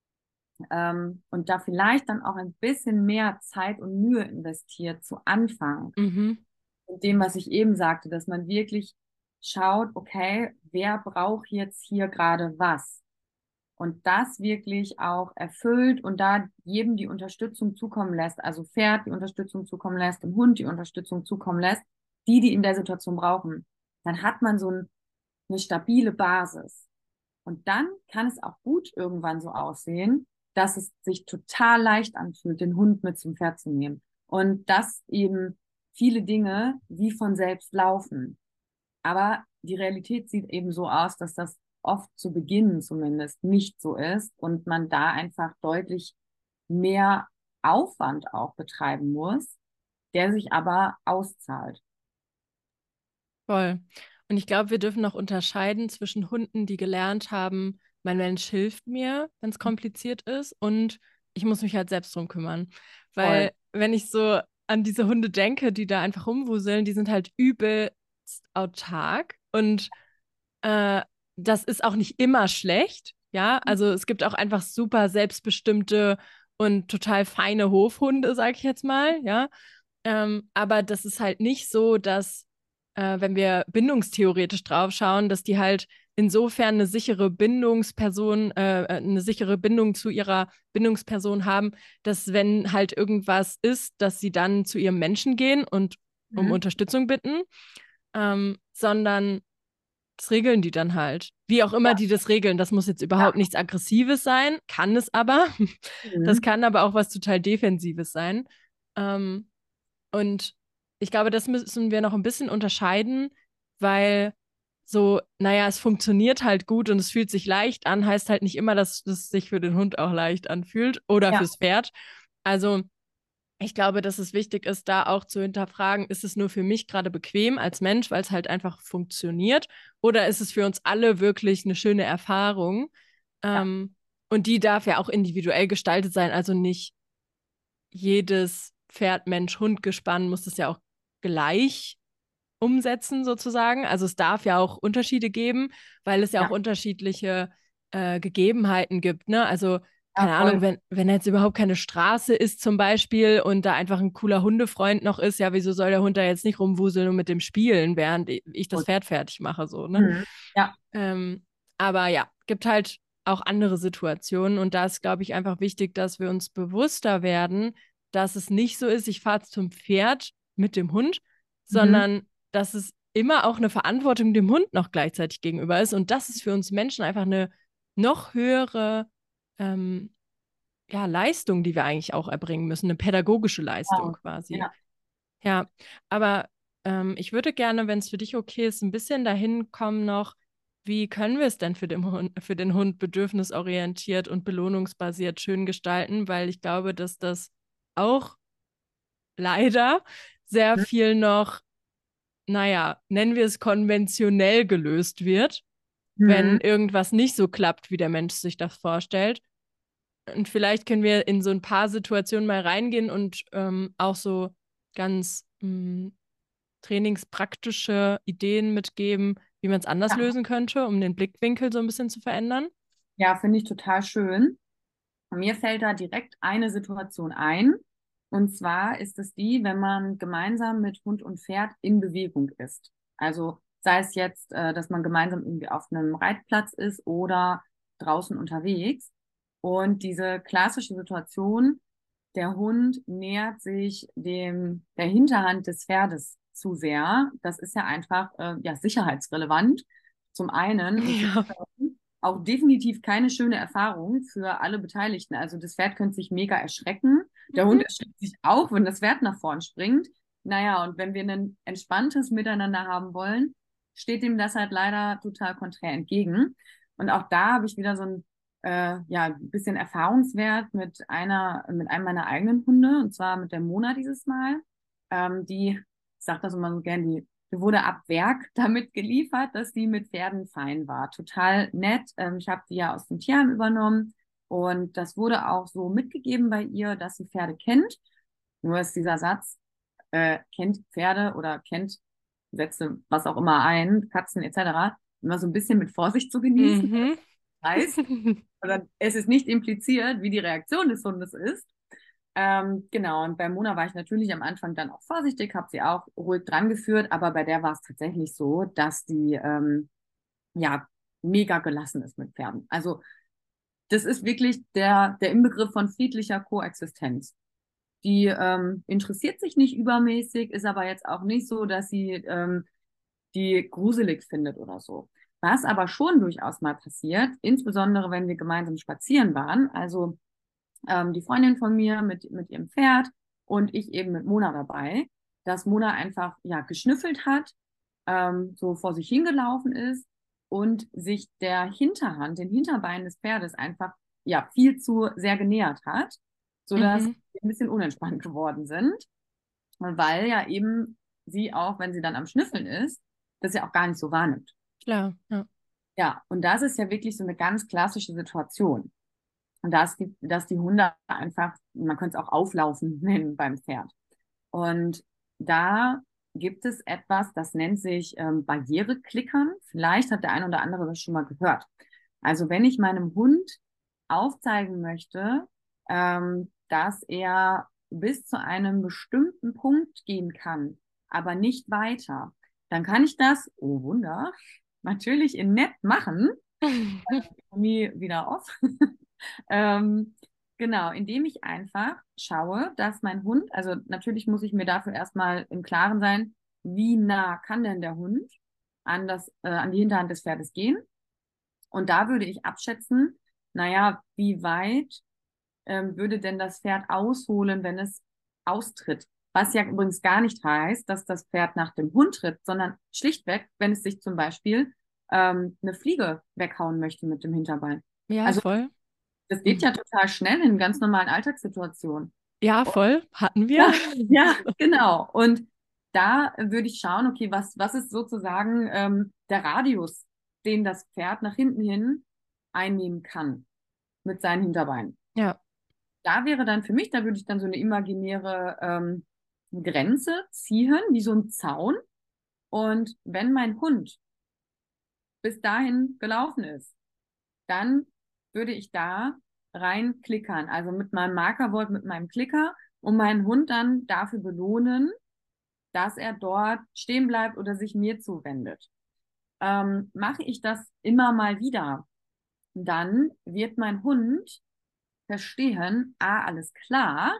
ähm, und da vielleicht dann auch ein bisschen mehr Zeit und Mühe investiert zu Anfang, Mhm. mit dem, was ich eben sagte, dass man wirklich schaut, okay, wer braucht jetzt hier gerade was? Und das wirklich auch erfüllt und da jedem die Unterstützung zukommen lässt, also Pferd die Unterstützung zukommen lässt, dem Hund die Unterstützung zukommen lässt, die, die in der Situation brauchen, dann hat man so ein, eine stabile Basis. Und dann kann es auch gut irgendwann so aussehen, dass es sich total leicht anfühlt, den Hund mit zum Pferd zu nehmen. Und dass eben viele Dinge wie von selbst laufen. Aber die Realität sieht eben so aus, dass das oft zu Beginn zumindest nicht so ist und man da einfach deutlich mehr Aufwand auch betreiben muss, der sich aber auszahlt. Voll. Und ich glaube, wir dürfen noch unterscheiden zwischen Hunden, die gelernt haben, mein Mensch hilft mir, wenn es kompliziert ist, und ich muss mich halt selbst drum kümmern. Voll. Weil wenn ich so an diese Hunde denke, die da einfach rumwuseln, die sind halt übelst autark und äh, das ist auch nicht immer schlecht. Ja, also es gibt auch einfach super selbstbestimmte und total feine Hofhunde, sag ich jetzt mal, ja. Ähm, aber das ist halt nicht so, dass, äh, wenn wir bindungstheoretisch drauf schauen, dass die halt insofern eine sichere Bindungsperson, äh, äh, eine sichere Bindung zu ihrer Bindungsperson haben, dass wenn halt irgendwas ist, dass sie dann zu ihrem Menschen gehen und um Mhm. Unterstützung bitten, ähm, sondern das regeln die dann halt. Wie auch immer Ja. die das regeln. Das muss jetzt Ja. überhaupt nichts Aggressives sein, kann es aber. Das Mhm. kann aber auch was total Defensives sein. Ähm, und ich glaube, das müssen wir noch ein bisschen unterscheiden, weil so, naja, es funktioniert halt gut und es fühlt sich leicht an, heißt halt nicht immer, dass es sich für den Hund auch leicht anfühlt oder Ja. fürs Pferd. Also ich glaube, dass es wichtig ist, da auch zu hinterfragen, ist es nur für mich gerade bequem als Mensch, weil es halt einfach funktioniert, oder ist es für uns alle wirklich eine schöne Erfahrung? Ja. Ähm, und die darf ja auch individuell gestaltet sein, also nicht jedes Pferd, Mensch, Hund, Gespann muss das ja auch gleich umsetzen sozusagen. Also es darf ja auch Unterschiede geben, weil es ja auch Ja. unterschiedliche äh, Gegebenheiten gibt. Ne? Also Ja, keine Ahnung, voll. wenn, wenn jetzt überhaupt keine Straße ist zum Beispiel und da einfach ein cooler Hundefreund noch ist, ja, wieso soll der Hund da jetzt nicht rumwuseln und mit dem spielen, während ich das Gut. Pferd fertig mache, so, ne? Mhm. Ja. Ähm, aber ja, gibt halt auch andere Situationen und da ist, glaube ich, einfach wichtig, dass wir uns bewusster werden, dass es nicht so ist, ich fahre zum Pferd mit dem Hund, Mhm. sondern dass es immer auch eine Verantwortung dem Hund noch gleichzeitig gegenüber ist und das ist für uns Menschen einfach eine noch höhere ähm, ja, Leistung, die wir eigentlich auch erbringen müssen, eine pädagogische Leistung Wow. quasi. Ja. Ja, aber ähm, ich würde gerne, wenn es für dich okay ist, ein bisschen dahin kommen noch, wie können wir es denn für den Hund, für den Hund bedürfnisorientiert und belohnungsbasiert schön gestalten, weil ich glaube, dass das auch leider sehr Mhm. viel noch, naja, nennen wir es konventionell gelöst wird, Mhm. wenn irgendwas nicht so klappt, wie der Mensch sich das vorstellt. Und vielleicht können wir in so ein paar Situationen mal reingehen und ähm, auch so ganz mh, trainingspraktische Ideen mitgeben, wie man es anders Ja, lösen könnte, um den Blickwinkel so ein bisschen zu verändern? ja, finde ich total schön. Mir fällt da direkt eine Situation ein. Und zwar ist es die, wenn man gemeinsam mit Hund und Pferd in Bewegung ist. Also sei es jetzt, äh, dass man gemeinsam irgendwie auf einem Reitplatz ist oder draußen unterwegs. Und diese klassische Situation, der Hund nähert sich dem, der Hinterhand des Pferdes zu sehr. Das ist ja einfach äh, ja, sicherheitsrelevant zum einen und zum Ja. anderen auch definitiv keine schöne Erfahrung für alle Beteiligten. Also das Pferd könnte sich mega erschrecken. Der Hund Mhm. erschreckt sich auch, wenn das Pferd nach vorn springt. Naja, und wenn wir ein entspanntes Miteinander haben wollen, steht dem das halt leider total konträr entgegen. Und auch da habe ich wieder so ein äh, ja, ein bisschen Erfahrungswert mit einer, mit einem meiner eigenen Hunde, und zwar mit der Mona dieses Mal. Ähm, die, ich sage das immer so gern, die, die wurde ab Werk damit geliefert, dass die mit Pferden fein war. Total nett. Ähm, ich habe die ja aus dem Tierheim übernommen und das wurde auch so mitgegeben bei ihr, dass sie Pferde kennt. Nur ist dieser Satz, äh, kennt Pferde oder kennt Sätze, was auch immer ein, Katzen et cetera, immer so ein bisschen mit Vorsicht zu genießen. Mhm. Heißt, oder es ist nicht impliziert, wie die Reaktion des Hundes ist. Ähm, genau, und bei Mona war ich natürlich am Anfang dann auch vorsichtig, habe sie auch ruhig dran geführt, aber bei der war es tatsächlich so, dass die ähm, ja mega gelassen ist mit Pferden. Also das ist wirklich der, der Inbegriff von friedlicher Koexistenz. Die ähm, interessiert sich nicht übermäßig, ist aber jetzt auch nicht so, dass sie ähm, die gruselig findet oder so. Was aber schon durchaus mal passiert, insbesondere wenn wir gemeinsam spazieren waren, also ähm, die Freundin von mir mit, mit ihrem Pferd und ich eben mit Mona dabei, dass Mona einfach ja geschnüffelt hat, ähm, so vor sich hingelaufen ist und sich der Hinterhand, den Hinterbeinen des Pferdes einfach ja viel zu sehr genähert hat, sodass Mhm. wir ein bisschen unentspannt geworden sind, weil ja eben sie auch, wenn sie dann am Schnüffeln ist, das ja auch gar nicht so wahrnimmt. Klar, ja. Ja, und das ist ja wirklich so eine ganz klassische Situation. Und dass die, dass die Hunde einfach, man könnte es auch auflaufen nennen beim Pferd. Und da gibt es etwas, das nennt sich ähm, Barriereklickern. Vielleicht hat der ein oder andere das schon mal gehört. Also wenn ich meinem Hund aufzeigen möchte, ähm, dass er bis zu einem bestimmten Punkt gehen kann, aber nicht weiter, dann kann ich das, oh Wunder, natürlich in nett machen. Nie wieder off. ähm, genau, indem ich einfach schaue, dass mein Hund, also natürlich muss ich mir dafür erstmal im Klaren sein, wie nah kann denn der Hund an das, äh, an die Hinterhand des Pferdes gehen. Und da würde ich abschätzen, naja, wie weit ähm, würde denn das Pferd ausholen, wenn es austritt? Was ja übrigens gar nicht heißt, dass das Pferd nach dem Hund tritt, sondern schlichtweg, wenn es sich zum Beispiel ähm, eine Fliege weghauen möchte mit dem Hinterbein. Ja, Also voll. das geht Mhm. ja total schnell in ganz normalen Alltagssituationen. Ja, Und, voll. Hatten wir. ja, ja, genau. Und da würde ich schauen, okay, was, was ist sozusagen ähm, der Radius, den das Pferd nach hinten hin einnehmen kann mit seinen Hinterbeinen. Ja. Da wäre dann für mich, da würde ich dann so eine imaginäre ähm, Grenze ziehen, wie so ein Zaun. Und wenn mein Hund bis dahin gelaufen ist, dann würde ich da reinklickern, also mit meinem Markerwort, mit meinem Klicker und meinen Hund dann dafür belohnen, dass er dort stehen bleibt oder sich mir zuwendet. Ähm, mache ich das immer mal wieder, dann wird mein Hund verstehen, ah, alles klar,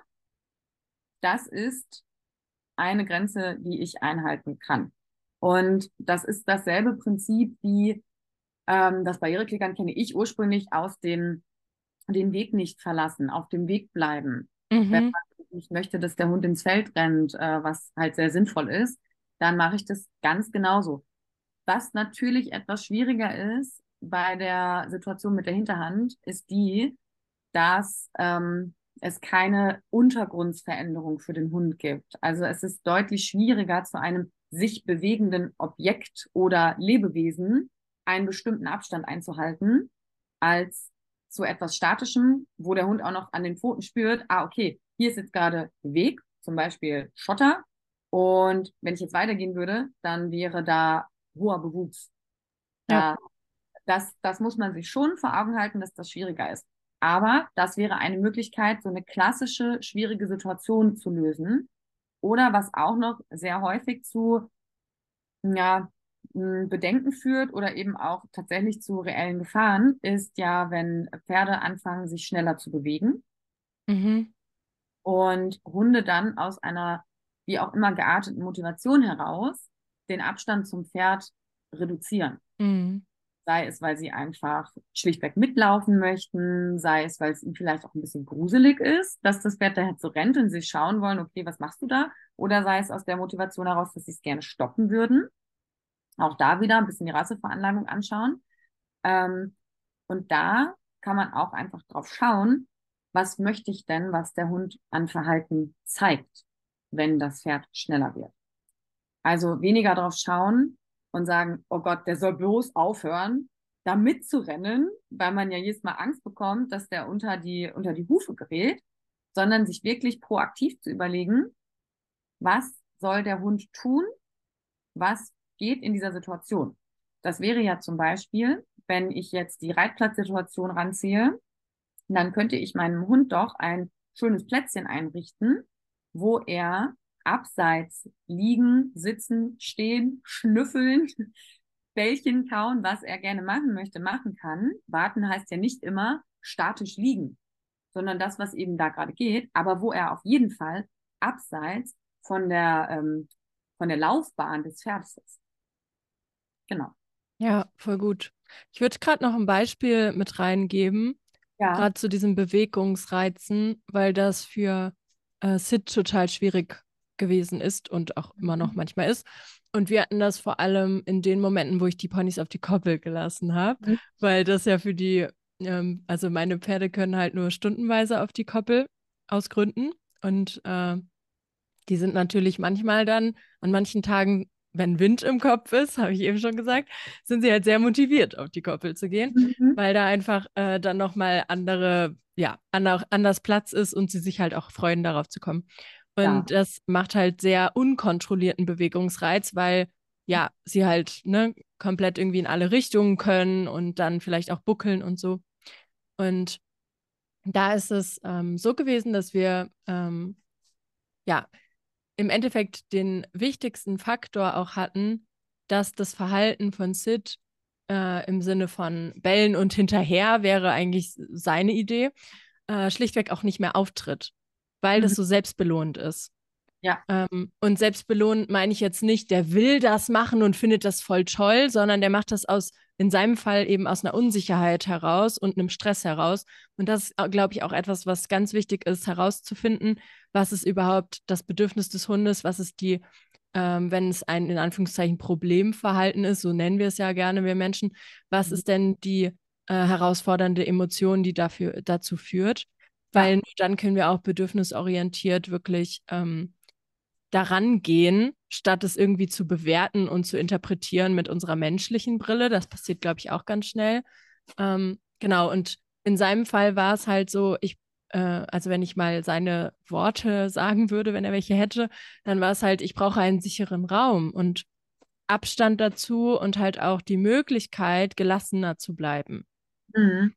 das ist eine Grenze, die ich einhalten kann. Und das ist dasselbe Prinzip wie ähm, das Barriereklickern kenne ich ursprünglich aus den, den Weg nicht verlassen, auf dem Weg bleiben. Wenn Mhm. man nicht möchte, dass der Hund ins Feld rennt, äh, was halt sehr sinnvoll ist, dann mache ich das ganz genauso. Was natürlich etwas schwieriger ist bei der Situation mit der Hinterhand, ist die, dass ähm, es keine Untergrundsveränderung für den Hund gibt. Also es ist deutlich schwieriger, zu einem sich bewegenden Objekt oder Lebewesen einen bestimmten Abstand einzuhalten, als zu etwas Statischem, wo der Hund auch noch an den Pfoten spürt, ah, okay, hier ist jetzt gerade Weg, zum Beispiel Schotter. Und wenn ich jetzt weitergehen würde, dann wäre da hoher Bewuchs. Ja. Da, das, das muss man sich schon vor Augen halten, dass das schwieriger ist. Aber das wäre eine Möglichkeit, so eine klassische, schwierige Situation zu lösen. Oder was auch noch sehr häufig zu ja, m, Bedenken führt oder eben auch tatsächlich zu reellen Gefahren, ist ja, wenn Pferde anfangen, sich schneller zu bewegen Mhm. und Hunde dann aus einer wie auch immer gearteten Motivation heraus den Abstand zum Pferd reduzieren. Mhm. Sei es, weil sie einfach schlichtweg mitlaufen möchten, sei es, weil es ihnen vielleicht auch ein bisschen gruselig ist, dass das Pferd daher so rennt und sie schauen wollen, okay, was machst du da? Oder sei es aus der Motivation heraus, dass sie es gerne stoppen würden. Auch da wieder ein bisschen die Rasseveranlagung anschauen. Ähm, und da kann man auch einfach drauf schauen, was möchte ich denn, was der Hund an Verhalten zeigt, wenn das Pferd schneller wird. Also weniger drauf schauen und sagen, oh Gott, der soll bloß aufhören, da mitzurennen, weil man ja jedes Mal Angst bekommt, dass der unter die, unter die Hufe gerät, sondern sich wirklich proaktiv zu überlegen, was soll der Hund tun, was geht in dieser Situation. Das wäre ja zum Beispiel, wenn ich jetzt die Reitplatzsituation ranziehe, dann könnte ich meinem Hund doch ein schönes Plätzchen einrichten, wo er abseits liegen, sitzen, stehen, schnüffeln, Bällchen kauen, was er gerne machen möchte, machen kann. Warten heißt ja nicht immer statisch liegen, sondern das, was eben da gerade geht, aber wo er auf jeden Fall abseits von der, ähm, von der Laufbahn des Pferdes ist. Genau. Ja, voll gut. Ich würde gerade noch ein Beispiel mit reingeben, Ja. gerade zu diesen Bewegungsreizen, weil das für äh, Sid total schwierig gewesen ist und auch immer noch manchmal ist. Und wir hatten das vor allem in den Momenten, wo ich die Ponys auf die Koppel gelassen habe, Mhm. weil das ja für die, ähm, also meine Pferde können halt nur stundenweise auf die Koppel aus Gründen. Und äh, die sind natürlich manchmal dann an manchen Tagen, wenn Wind im Kopf ist, habe ich eben schon gesagt, sind sie halt sehr motiviert, auf die Koppel zu gehen, Mhm. weil da einfach äh, dann nochmal andere, ja, ander, anders Platz ist und sie sich halt auch freuen, darauf zu kommen. Ja. Und das macht halt sehr unkontrollierten Bewegungsreiz, weil ja, sie halt ne, komplett irgendwie in alle Richtungen können und dann vielleicht auch buckeln und so. Und da ist es ähm, so gewesen, dass wir ähm, ja im Endeffekt den wichtigsten Faktor auch hatten, dass das Verhalten von Sid äh, im Sinne von Bellen und hinterher wäre eigentlich seine Idee, äh, schlichtweg auch nicht mehr auftritt, weil Mhm. das so selbstbelohnend ist. Ja. Ähm, und selbstbelohnend meine ich jetzt nicht, der will das machen und findet das voll toll, sondern der macht das aus, in seinem Fall eben aus einer Unsicherheit heraus und einem Stress heraus. Und das ist, glaube ich, auch etwas, was ganz wichtig ist, herauszufinden, was ist überhaupt das Bedürfnis des Hundes, was ist die, ähm, wenn es ein in Anführungszeichen Problemverhalten ist, so nennen wir es ja gerne, wir Menschen, was Mhm. ist denn die äh, herausfordernde Emotion, die dafür, dazu führt? Weil Ja. nur dann können wir auch bedürfnisorientiert wirklich ähm, daran gehen, statt es irgendwie zu bewerten und zu interpretieren mit unserer menschlichen Brille. Das passiert, glaube ich, auch ganz schnell. Ähm, genau, und in seinem Fall war es halt so, ich, äh, also wenn ich mal seine Worte sagen würde, wenn er welche hätte, dann war es halt, ich brauche einen sicheren Raum und Abstand dazu und halt auch die Möglichkeit, gelassener zu bleiben. Mhm.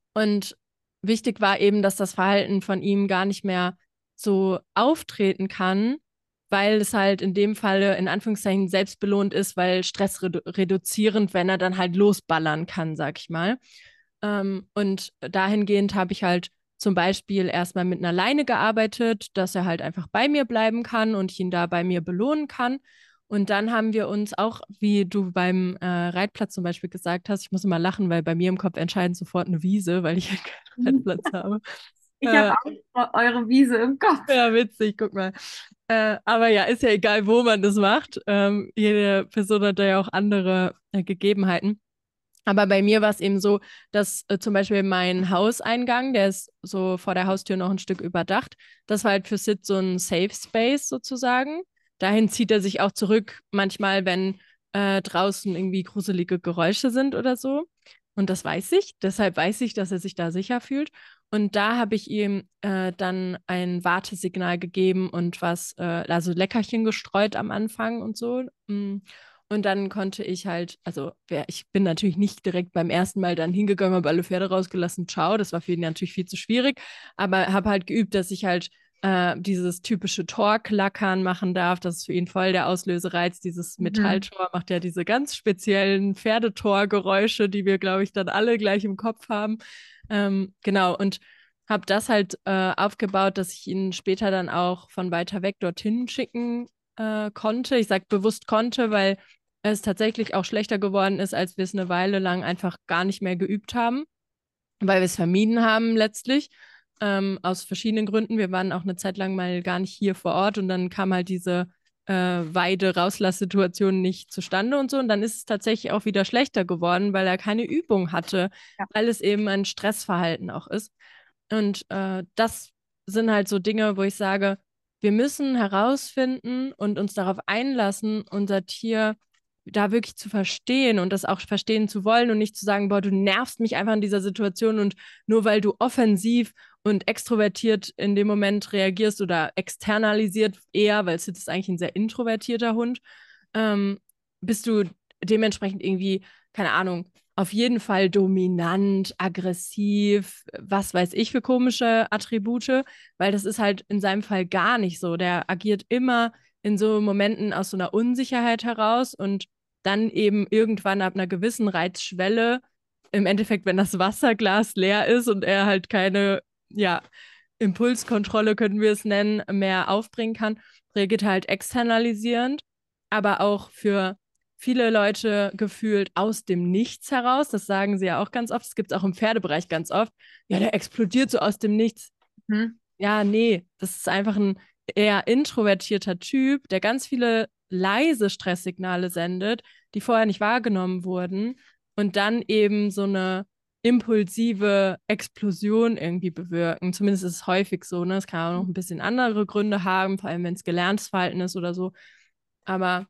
Und wichtig war eben, dass das Verhalten von ihm gar nicht mehr so auftreten kann, weil es halt in dem Falle in Anführungszeichen selbstbelohnt ist, weil stressreduzierend, wenn er dann halt losballern kann, sag ich mal. Ähm, und dahingehend habe ich halt zum Beispiel erstmal mit einer Leine gearbeitet, dass er halt einfach bei mir bleiben kann und ich ihn da bei mir belohnen kann. Und dann haben wir uns auch, wie du beim äh, Reitplatz zum Beispiel gesagt hast, ich muss immer lachen, weil bei mir im Kopf entscheidet sofort eine Wiese, weil ich halt keinen Reitplatz habe. Ich Äh, habe auch eure Wiese im Kopf. ja, witzig, guck mal. Äh, aber ja, ist ja egal, wo man das macht. Ähm, jede Person hat da ja auch andere äh, Gegebenheiten. Aber bei mir war es eben so, dass äh, zum Beispiel mein Hauseingang, der ist so vor der Haustür noch ein Stück überdacht, das war halt für Sid so ein Safe Space sozusagen. Dahin zieht er sich auch zurück, manchmal, wenn äh, draußen irgendwie gruselige Geräusche sind oder so. Und das weiß ich. Deshalb weiß ich, dass er sich da sicher fühlt. Und da habe ich ihm äh, dann ein Wartesignal gegeben und was, äh, also Leckerchen gestreut am Anfang und so. Mm. Und dann konnte ich halt, also wer- ich bin natürlich nicht direkt beim ersten Mal dann hingegangen, habe alle Pferde rausgelassen, ciao. Das war für ihn natürlich viel zu schwierig. Aber habe halt geübt, dass ich halt äh, dieses typische Torklackern machen darf. Das ist für ihn voll der Auslösereiz. Dieses Mhm. Metalltor macht ja diese ganz speziellen Pferdetorgeräusche, die wir, glaube ich, dann alle gleich im Kopf haben. Ähm, genau, und habe das halt äh, aufgebaut, dass ich ihn später dann auch von weiter weg dorthin schicken äh, konnte. Ich sage bewusst konnte, weil es tatsächlich auch schlechter geworden ist, als wir es eine Weile lang einfach gar nicht mehr geübt haben, weil wir es vermieden haben letztlich, ähm, aus verschiedenen Gründen. Wir waren auch eine Zeit lang mal gar nicht hier vor Ort und dann kam halt diese äh, Weide-Rauslass-Situation nicht zustande und so. Und dann ist es tatsächlich auch wieder schlechter geworden, weil er keine Übung hatte, Ja. weil es eben ein Stressverhalten auch ist. Und äh, das sind halt so Dinge, wo ich sage, wir müssen herausfinden und uns darauf einlassen, unser Tier da wirklich zu verstehen und das auch verstehen zu wollen und nicht zu sagen, boah, du nervst mich einfach in dieser Situation und nur weil du offensiv und extrovertiert in dem Moment reagierst oder externalisiert eher, weil es ist eigentlich ein sehr introvertierter Hund, ähm, bist du dementsprechend irgendwie, keine Ahnung, auf jeden Fall dominant, aggressiv, was weiß ich für komische Attribute, weil das ist halt in seinem Fall gar nicht so. Der agiert immer in so Momenten aus so einer Unsicherheit heraus und dann eben irgendwann ab einer gewissen Reizschwelle, im Endeffekt, wenn das Wasserglas leer ist und er halt keine, ja, Impulskontrolle, könnten wir es nennen, mehr aufbringen kann, reagiert er halt externalisierend, aber auch für viele Leute gefühlt aus dem Nichts heraus. Das sagen sie ja auch ganz oft. Das gibt es auch im Pferdebereich ganz oft. Ja, der explodiert so aus dem Nichts. Mhm. Ja, nee, das ist einfach ein eher introvertierter Typ, der ganz viele leise Stresssignale sendet, die vorher nicht wahrgenommen wurden und dann eben so eine impulsive Explosion irgendwie bewirken. Zumindest ist es häufig so, ne? Es kann auch noch ein bisschen andere Gründe haben, vor allem wenn es gelerntes Verhalten ist oder so. Aber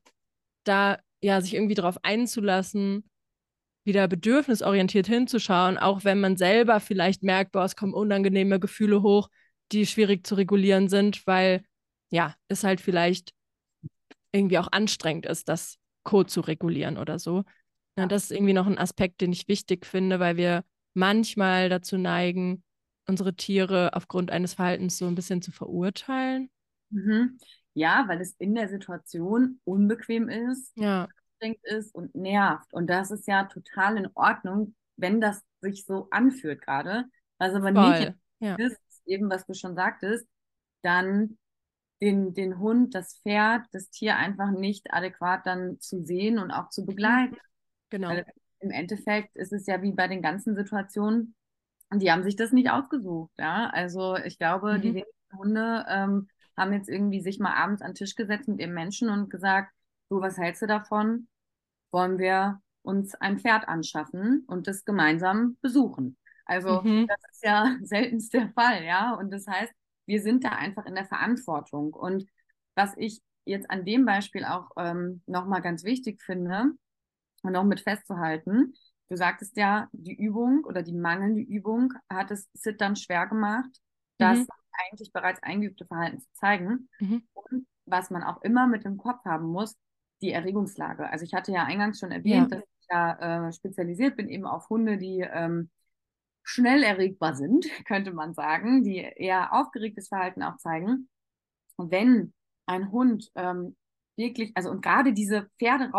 da ja sich irgendwie darauf einzulassen, wieder bedürfnisorientiert hinzuschauen, auch wenn man selber vielleicht merkt, boah, es kommen unangenehme Gefühle hoch, die schwierig zu regulieren sind, weil ja, es halt vielleicht irgendwie auch anstrengend ist, das Code zu regulieren oder so. Ja, Ja. das ist irgendwie noch ein Aspekt, den ich wichtig finde, weil wir manchmal dazu neigen, unsere Tiere aufgrund eines Verhaltens so ein bisschen zu verurteilen. Mhm. Ja, weil es in der Situation unbequem ist, Ja, anstrengend ist und nervt. Und das ist ja total in Ordnung, wenn das sich so anfühlt gerade. Was aber nicht voll. Ja. ist, eben was du schon sagtest, dann den, den Hund, das Pferd, das Tier einfach nicht adäquat dann zu sehen und auch zu begleiten. Genau. Weil im Endeffekt ist es ja wie bei den ganzen Situationen, die haben sich das nicht ausgesucht, ja. Also ich glaube, die Mhm. wenigsten Hunde ähm, haben jetzt irgendwie sich mal abends an den Tisch gesetzt mit ihrem Menschen und gesagt, du, was hältst du davon? Wollen wir uns ein Pferd anschaffen und das gemeinsam besuchen? Also Mhm. das ist ja seltenst der Fall, ja. Und das heißt, wir sind da einfach in der Verantwortung. Und was ich jetzt an dem Beispiel auch ähm, nochmal ganz wichtig finde, und auch mit festzuhalten. Du sagtest ja, die Übung oder die mangelnde Übung hat es Sid dann schwer gemacht, das Mhm. eigentlich bereits eingeübte Verhalten zu zeigen. Mhm. Und was man auch immer mit im Kopf haben muss, die Erregungslage. Also ich hatte ja eingangs schon Ja. erwähnt, dass ich ja äh, spezialisiert bin eben auf Hunde, die ähm, schnell erregbar sind, könnte man sagen, die eher aufgeregtes Verhalten auch zeigen. Und wenn ein Hund ähm, wirklich, also und gerade diese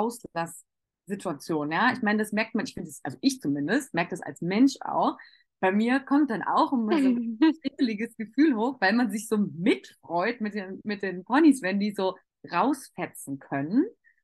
Pferderauslass-Situation, ja, ich meine, das merkt man, ich finde es, also ich zumindest, merke das als Mensch auch. Bei mir kommt dann auch immer so ein kribbeliges Gefühl hoch, weil man sich so mitfreut mit den, mit den Ponys, wenn die so rausfetzen können.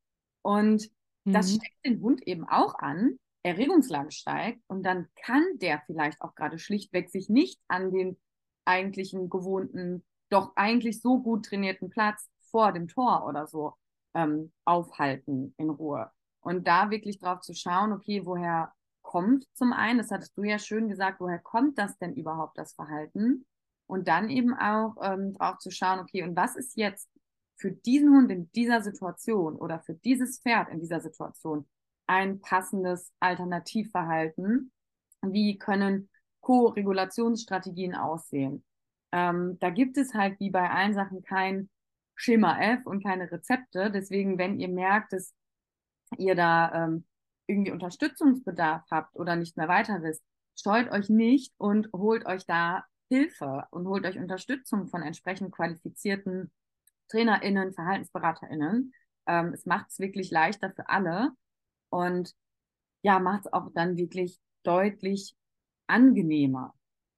Und das Mhm. steckt den Hund eben auch an, Erregungslage steigt und dann kann der vielleicht auch gerade schlichtweg sich nicht an den eigentlichen gewohnten, doch eigentlich so gut trainierten Platz vor dem Tor oder so ähm, aufhalten in Ruhe. Und da wirklich drauf zu schauen, okay, woher kommt zum einen, das hattest du ja schön gesagt, woher kommt das denn überhaupt, das Verhalten? Und dann eben auch ähm, drauf zu schauen, okay, und was ist jetzt für diesen Hund in dieser Situation oder für dieses Pferd in dieser Situation ein passendes Alternativverhalten, Wie können Co-Regulationsstrategien aussehen? Ähm, da gibt es halt wie bei allen Sachen kein Schema F und keine Rezepte. Deswegen, wenn ihr merkt, dass ihr da ähm, irgendwie Unterstützungsbedarf habt oder nicht mehr weiter wisst, scheut euch nicht und holt euch da Hilfe und holt euch Unterstützung von entsprechend qualifizierten TrainerInnen, VerhaltensberaterInnen. Ähm, es macht es wirklich leichter für alle und ja, macht es auch dann wirklich deutlich angenehmer.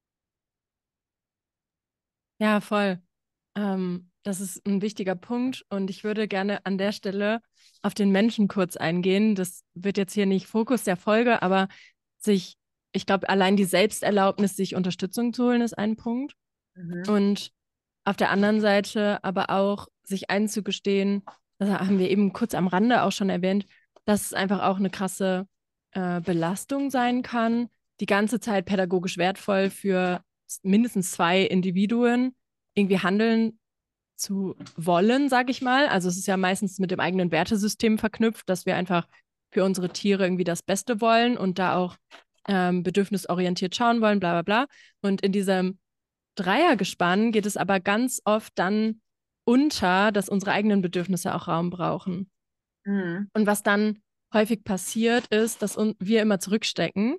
Ja, voll. Ähm, das ist ein wichtiger Punkt und ich würde gerne an der Stelle auf den Menschen kurz eingehen. Das wird jetzt hier nicht Fokus der Folge, aber sich, ich glaube, allein die Selbsterlaubnis, sich Unterstützung zu holen, ist ein Punkt. Mhm. Und auf der anderen Seite aber auch sich einzugestehen, das haben wir eben kurz am Rande auch schon erwähnt, dass es einfach auch eine krasse äh, Belastung sein kann, die ganze Zeit pädagogisch wertvoll für mindestens zwei Individuen irgendwie handeln zu wollen, sage ich mal. Also es ist ja meistens mit dem eigenen Wertesystem verknüpft, dass wir einfach für unsere Tiere irgendwie das Beste wollen und da auch ähm, bedürfnisorientiert schauen wollen, bla bla bla. Und in diesem Dreiergespann geht es aber ganz oft dann unter, dass unsere eigenen Bedürfnisse auch Raum brauchen. Mhm. Und was dann häufig passiert, ist, dass wir immer zurückstecken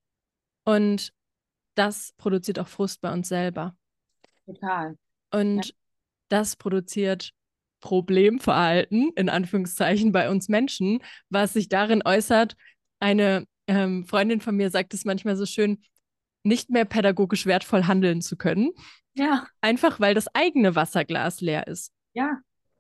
und das produziert auch Frust bei uns selber. Total. Ja. Und das produziert Problemverhalten, in Anführungszeichen, bei uns Menschen, was sich darin äußert, eine ähm, Freundin von mir sagt es manchmal so schön, nicht mehr pädagogisch wertvoll handeln zu können, Ja, einfach weil das eigene Wasserglas leer ist. ja.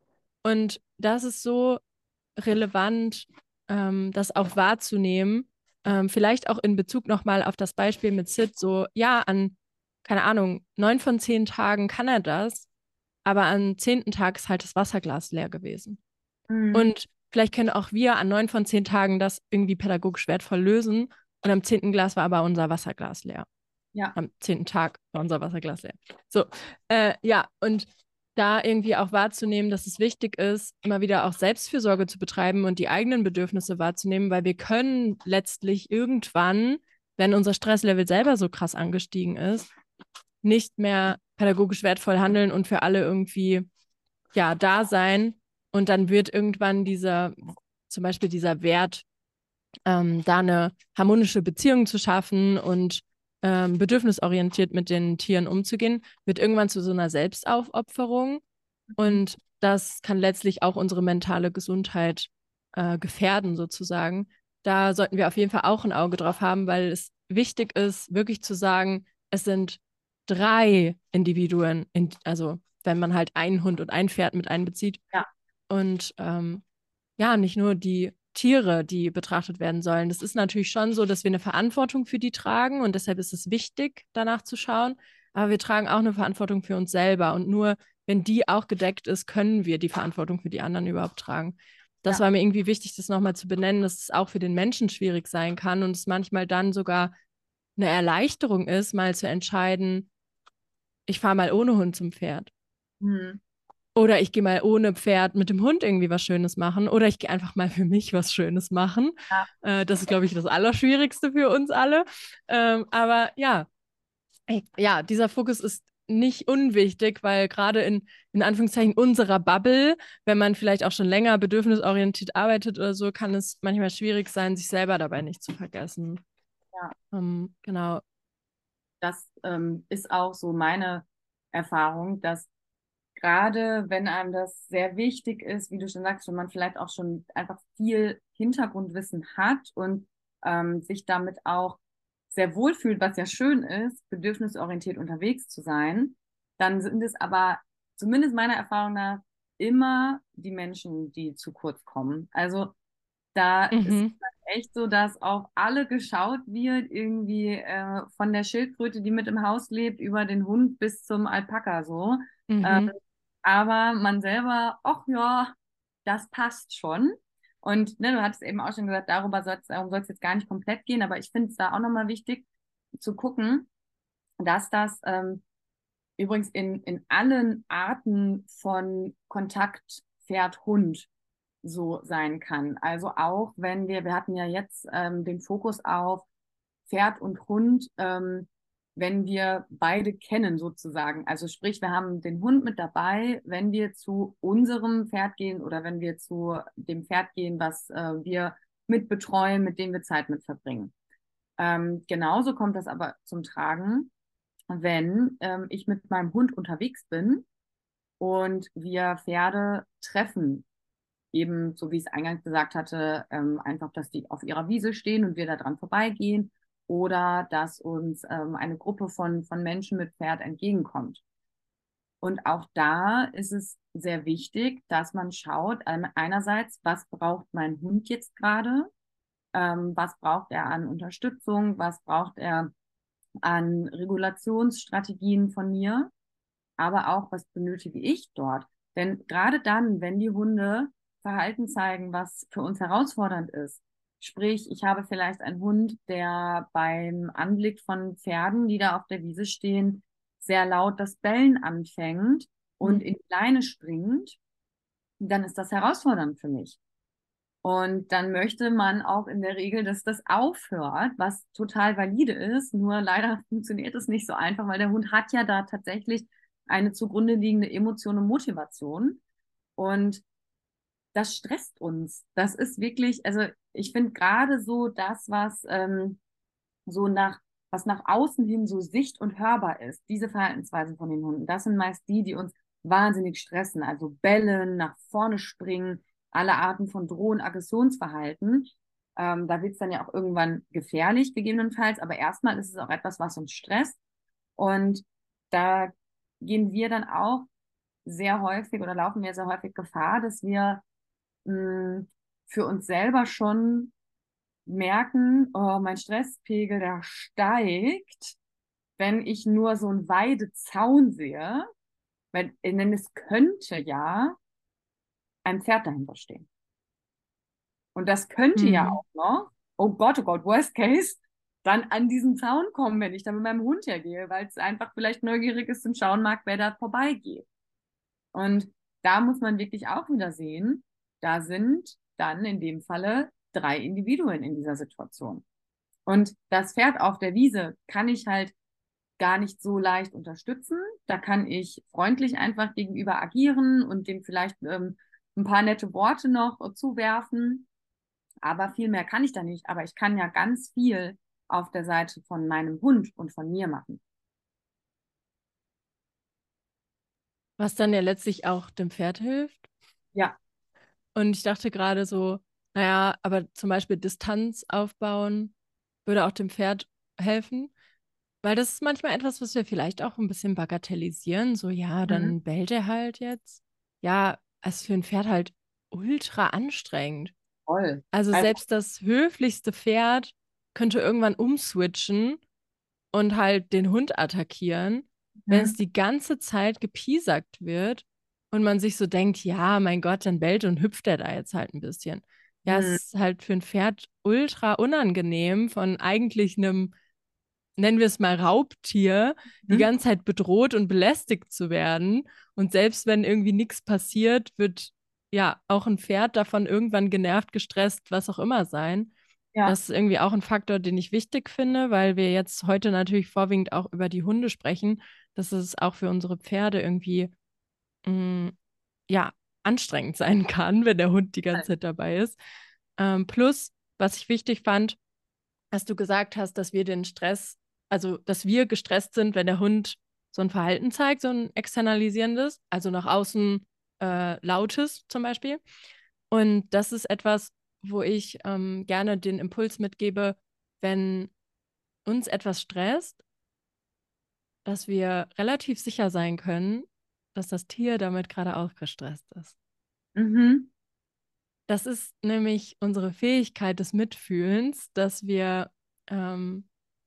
Und das ist so relevant, ähm, das auch wahrzunehmen, ähm, vielleicht auch in Bezug nochmal auf das Beispiel mit Sid, so, ja, an, keine Ahnung, neun von zehn Tagen kann er das, aber am zehnten Tag ist halt das Wasserglas leer gewesen. Mhm. Und vielleicht können auch wir an neun von zehn Tagen das irgendwie pädagogisch wertvoll lösen und am zehnten Glas war aber unser Wasserglas leer. Ja. Am zehnten Tag war unser Wasserglas leer. So, äh, ja, und da irgendwie auch wahrzunehmen, dass es wichtig ist, immer wieder auch Selbstfürsorge zu betreiben und die eigenen Bedürfnisse wahrzunehmen, weil wir können letztlich irgendwann, wenn unser Stresslevel selber so krass angestiegen ist, nicht mehr pädagogisch wertvoll handeln und für alle irgendwie, ja, da sein. Und dann wird irgendwann dieser, zum Beispiel dieser Wert, ähm, da eine harmonische Beziehung zu schaffen und ähm, bedürfnisorientiert mit den Tieren umzugehen, wird irgendwann zu so einer Selbstaufopferung. Mhm. Und das kann letztlich auch unsere mentale Gesundheit äh, gefährden, sozusagen. Da sollten wir auf jeden Fall auch ein Auge drauf haben, weil es wichtig ist, wirklich zu sagen, es sind drei Individuen, in, also wenn man halt einen Hund und ein Pferd mit einbezieht. Ja. Und ähm, ja, nicht nur die Tiere, die betrachtet werden sollen. Das ist natürlich schon so, dass wir eine Verantwortung für die tragen und deshalb ist es wichtig, danach zu schauen. Aber wir tragen auch eine Verantwortung für uns selber und nur wenn die auch gedeckt ist, können wir die Verantwortung für die anderen überhaupt tragen. Das Ja. war mir irgendwie wichtig, das nochmal zu benennen, dass es auch für den Menschen schwierig sein kann und es manchmal dann sogar eine Erleichterung ist, mal zu entscheiden, ich fahre mal ohne Hund zum Pferd. Mhm. Oder ich gehe mal ohne Pferd mit dem Hund irgendwie was Schönes machen. Oder ich gehe einfach mal für mich was Schönes machen. Ja. Äh, das ist, glaube ich, das Allerschwierigste für uns alle. Ähm, aber ja, ich, ja, dieser Fokus ist nicht unwichtig, weil gerade in, in Anführungszeichen unserer Bubble, wenn man vielleicht auch schon länger bedürfnisorientiert arbeitet oder so, kann es manchmal schwierig sein, sich selber dabei nicht zu vergessen. Ja. Ähm, genau. Das ähm, ist auch so meine Erfahrung, dass gerade wenn einem das sehr wichtig ist, wie du schon sagst, wenn man vielleicht auch schon einfach viel Hintergrundwissen hat und ähm, sich damit auch sehr wohl fühlt, was ja schön ist, bedürfnisorientiert unterwegs zu sein, dann sind es aber zumindest meiner Erfahrung nach immer die Menschen, die zu kurz kommen. Also da ist es Mhm. echt so, dass auf alle geschaut wird, irgendwie äh, von der Schildkröte, die mit im Haus lebt, über den Hund bis zum Alpaka so. Ähm, Mhm. aber man selber, ach ja, das passt schon. Und ne, du hattest eben auch schon gesagt, darüber soll's, darum soll es jetzt gar nicht komplett gehen, aber ich finde es da auch nochmal wichtig zu gucken, dass das ähm, übrigens in, in allen Arten von Kontakt Pferd-Hund so sein kann. Also auch wenn wir, wir hatten ja jetzt ähm, den Fokus auf Pferd und Hund, ähm, wenn wir beide kennen sozusagen. Also sprich, wir haben den Hund mit dabei, wenn wir zu unserem Pferd gehen oder wenn wir zu dem Pferd gehen, was äh, wir mit betreuen, mit dem wir Zeit mit verbringen. Ähm, genauso kommt das aber zum Tragen, wenn ähm, ich mit meinem Hund unterwegs bin und wir Pferde treffen. Eben, so wie ich es eingangs gesagt hatte, ähm, einfach, dass die auf ihrer Wiese stehen und wir da dran vorbeigehen oder dass uns ähm, eine Gruppe von, von Menschen mit Pferd entgegenkommt. Und auch da ist es sehr wichtig, dass man schaut, ähm, einerseits, was braucht mein Hund jetzt gerade? Ähm, was braucht er an Unterstützung? Was braucht er an Regulationsstrategien von mir? Aber auch, was benötige ich dort? Denn gerade dann, wenn die Hunde Verhalten zeigen, was für uns herausfordernd ist, sprich, ich habe vielleicht einen Hund, der beim Anblick von Pferden, die da auf der Wiese stehen, sehr laut das Bellen anfängt und Mhm. in die Leine springt, dann ist das herausfordernd für mich. Und dann möchte man auch in der Regel, dass das aufhört, was total valide ist. Nur leider funktioniert es nicht so einfach, weil der Hund hat ja da tatsächlich eine zugrunde liegende Emotion und Motivation. Und das stresst uns. Das ist wirklich, also ich finde gerade so das, was ähm, so nach, was nach außen hin so sicht- und hörbar ist, diese Verhaltensweisen von den Hunden, das sind meist die, die uns wahnsinnig stressen. Also bellen, nach vorne springen, alle Arten von Droh- und Aggressionsverhalten. Ähm, da wird es dann ja auch irgendwann gefährlich, gegebenenfalls, aber erstmal ist es auch etwas, was uns stresst. Und da gehen wir dann auch sehr häufig oder laufen wir sehr häufig Gefahr, dass wir mh, für uns selber schon merken, oh, mein Stresspegel, der steigt, wenn ich nur so einen Weidezaun sehe, weil, denn es könnte ja ein Pferd dahinter stehen. Und das könnte ja Mhm. auch noch, oh Gott, oh Gott, worst case, dann an diesen Zaun kommen, wenn ich da mit meinem Hund hergehe, weil es einfach vielleicht neugierig ist und schauen mag, wer da vorbeigeht. Und da muss man wirklich auch wieder sehen, da sind dann in dem Falle drei Individuen in dieser Situation. Und das Pferd auf der Wiese kann ich halt gar nicht so leicht unterstützen. Da kann ich freundlich einfach gegenüber agieren und dem vielleicht ähm, ein paar nette Worte noch zuwerfen. Aber viel mehr kann ich da nicht. Aber ich kann ja ganz viel auf der Seite von meinem Hund und von mir machen. Was dann ja letztlich auch dem Pferd hilft. Ja. Und ich dachte gerade so, naja, aber zum Beispiel Distanz aufbauen würde auch dem Pferd helfen. Weil das ist manchmal etwas, was wir vielleicht auch ein bisschen bagatellisieren. So, ja, Mhm. dann bellt er halt jetzt. Ja, es ist für ein Pferd halt ultra anstrengend. Voll. Also Also, selbst das höflichste Pferd könnte irgendwann umswitchen und halt den Hund attackieren, wenn es mhm. die ganze Zeit gepiesackt wird und man sich so denkt, ja, mein Gott, dann bellt und hüpft er da jetzt halt ein bisschen. Ja, Mhm. es ist halt für ein Pferd ultra unangenehm, von eigentlich einem, nennen wir es mal Raubtier, die Mhm. ganze Zeit bedroht und belästigt zu werden. Und selbst wenn irgendwie nichts passiert, wird ja auch ein Pferd davon irgendwann genervt, gestresst, was auch immer sein. Ja. Das ist irgendwie auch ein Faktor, den ich wichtig finde, weil wir jetzt heute natürlich vorwiegend auch über die Hunde sprechen, dass es auch für unsere Pferde irgendwie mh, ja, anstrengend sein kann, wenn der Hund die ganze Zeit dabei ist. Ähm, plus, was ich wichtig fand, dass du gesagt hast, dass wir den Stress, also dass wir gestresst sind, wenn der Hund so ein Verhalten zeigt, so ein externalisierendes, also nach außen äh, lautes zum Beispiel. Und das ist etwas, wo ich ähm, gerne den Impuls mitgebe, wenn uns etwas stresst, dass wir relativ sicher sein können, dass das Tier damit gerade auch gestresst ist. Mhm. Das ist nämlich unsere Fähigkeit des Mitfühlens, dass wir ähm,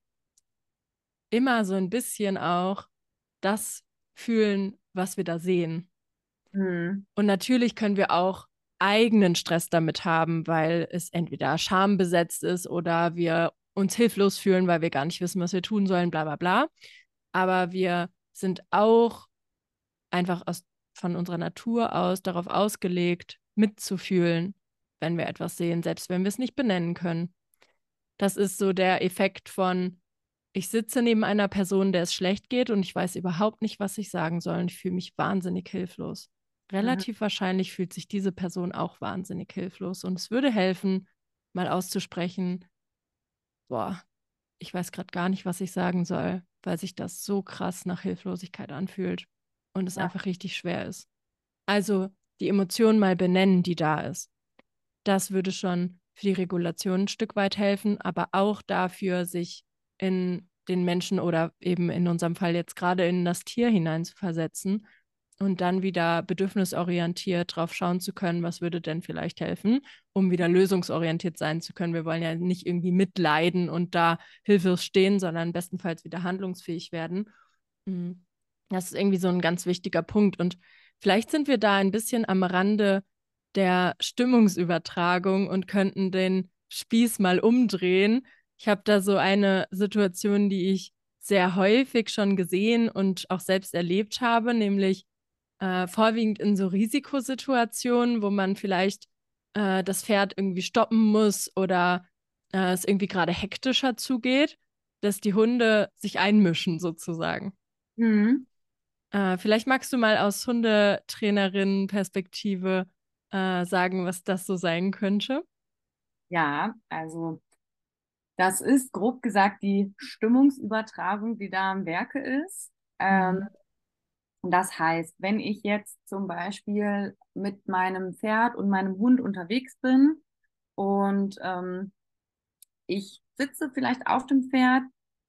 immer so ein bisschen auch das fühlen, was wir da sehen. Mhm. Und natürlich können wir auch eigenen Stress damit haben, weil es entweder schambesetzt ist oder wir uns hilflos fühlen, weil wir gar nicht wissen, was wir tun sollen, bla bla bla. Aber wir sind auch einfach aus, von unserer Natur aus darauf ausgelegt, mitzufühlen, wenn wir etwas sehen, selbst wenn wir es nicht benennen können. Das ist so der Effekt von, ich sitze neben einer Person, der es schlecht geht und ich weiß überhaupt nicht, was ich sagen soll und ich fühle mich wahnsinnig hilflos. Mhm. Relativ wahrscheinlich fühlt sich diese Person auch wahnsinnig hilflos und es würde helfen, mal auszusprechen, boah, ich weiß gerade gar nicht, was ich sagen soll, weil sich das so krass nach Hilflosigkeit anfühlt und es Ja. einfach richtig schwer ist. Also die Emotion mal benennen, die da ist. Das würde schon für die Regulation ein Stück weit helfen, aber auch dafür, sich in den Menschen oder eben in unserem Fall jetzt gerade in das Tier hineinzuversetzen und dann wieder bedürfnisorientiert drauf schauen zu können, was würde denn vielleicht helfen, um wieder lösungsorientiert sein zu können. Wir wollen ja nicht irgendwie mitleiden und da hilflos stehen, sondern bestenfalls wieder handlungsfähig werden. Mhm. Das ist irgendwie so ein ganz wichtiger Punkt. Und vielleicht sind wir da ein bisschen am Rande der Stimmungsübertragung und könnten den Spieß mal umdrehen. Ich habe da so eine Situation, die ich sehr häufig schon gesehen und auch selbst erlebt habe, nämlich äh, vorwiegend in so Risikosituationen, wo man vielleicht äh, das Pferd irgendwie stoppen muss oder äh, es irgendwie gerade hektischer zugeht, dass die Hunde sich einmischen sozusagen. Mhm. Äh, vielleicht magst du mal aus Hundetrainerin-Perspektive äh, sagen, was das so sein könnte. Ja, also das ist grob gesagt die Stimmungsübertragung, die da am Werke ist. Ähm, Mhm. das heißt, wenn ich jetzt zum Beispiel mit meinem Pferd und meinem Hund unterwegs bin und ähm, ich sitze vielleicht auf dem Pferd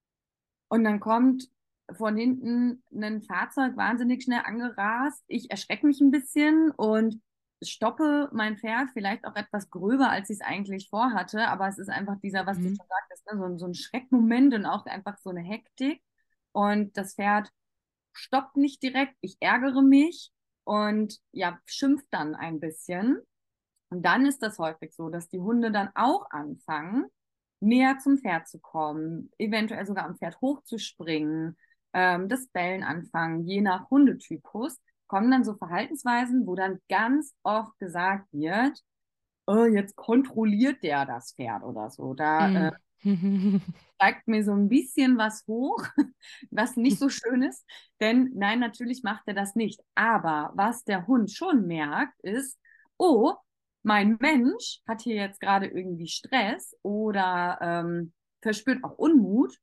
und dann kommt von hinten ein Fahrzeug wahnsinnig schnell angerast. Ich erschrecke mich ein bisschen und stoppe mein Pferd vielleicht auch etwas gröber, als ich es eigentlich vorhatte. Aber es ist einfach dieser, was du Mhm. schon sagtest, ne? so, ein- so ein Schreckmoment und auch einfach so eine Hektik. Und das Pferd stoppt nicht direkt. Ich ärgere mich und ja, schimpft dann ein bisschen. Und dann ist das häufig so, dass die Hunde dann auch anfangen, näher zum Pferd zu kommen, eventuell sogar am Pferd hochzuspringen, ähm, das Bellen anfangen, je nach Hundetypus, kommen dann so Verhaltensweisen, wo dann ganz oft gesagt wird, oh, jetzt kontrolliert der das Pferd oder so. Da äh, Mhm. steigt mir so ein bisschen was hoch, was nicht so schön ist. Denn nein, natürlich macht er das nicht. Aber was der Hund schon merkt, ist, oh, mein Mensch hat hier jetzt gerade irgendwie Stress oder ähm, verspürt auch Unmut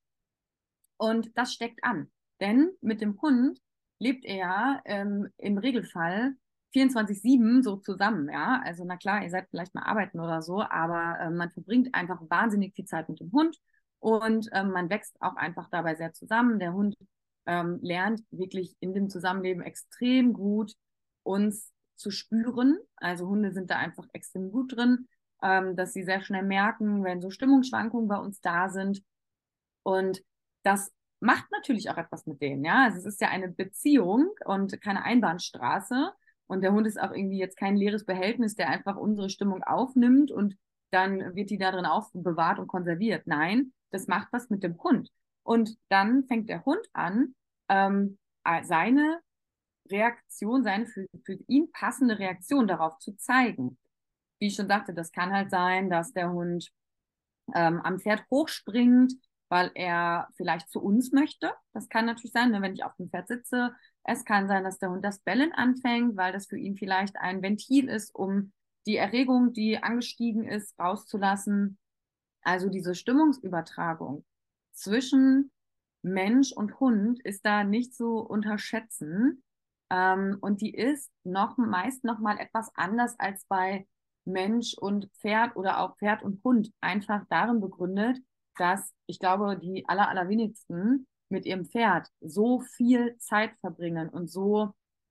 und das steckt an. Denn mit dem Hund lebt er ja ähm, im Regelfall vierundzwanzig sieben so zusammen, ja. Also na klar, ihr seid vielleicht mal arbeiten oder so, aber ähm, man verbringt einfach wahnsinnig viel Zeit mit dem Hund und ähm, man wächst auch einfach dabei sehr zusammen. Der Hund ähm, lernt wirklich in dem Zusammenleben extrem gut uns zu spüren. Also Hunde sind da einfach extrem gut drin, ähm, dass sie sehr schnell merken, wenn so Stimmungsschwankungen bei uns da sind. Und das macht natürlich auch etwas mit denen, ja. Also es ist ja eine Beziehung und keine Einbahnstraße. Und der Hund ist auch irgendwie jetzt kein leeres Behältnis, der einfach unsere Stimmung aufnimmt und dann wird die da drin aufbewahrt und konserviert. Nein, das macht was mit dem Hund. Und dann fängt der Hund an, ähm, seine Reaktion, seine für, für ihn passende Reaktion darauf zu zeigen. Wie ich schon sagte, das kann halt sein, dass der Hund ähm, am Pferd hochspringt, weil er vielleicht zu uns möchte. Das kann natürlich sein, ne, wenn ich auf dem Pferd sitze. Es kann sein, dass der Hund das Bellen anfängt, weil das für ihn vielleicht ein Ventil ist, um die Erregung, die angestiegen ist, rauszulassen. Also diese Stimmungsübertragung zwischen Mensch und Hund ist da nicht zu unterschätzen. Ähm, und die ist noch meist noch mal etwas anders als bei Mensch und Pferd oder auch Pferd und Hund. Einfach darin begründet, dass ich glaube, die aller, allerwenigsten mit ihrem Pferd so viel Zeit verbringen und so,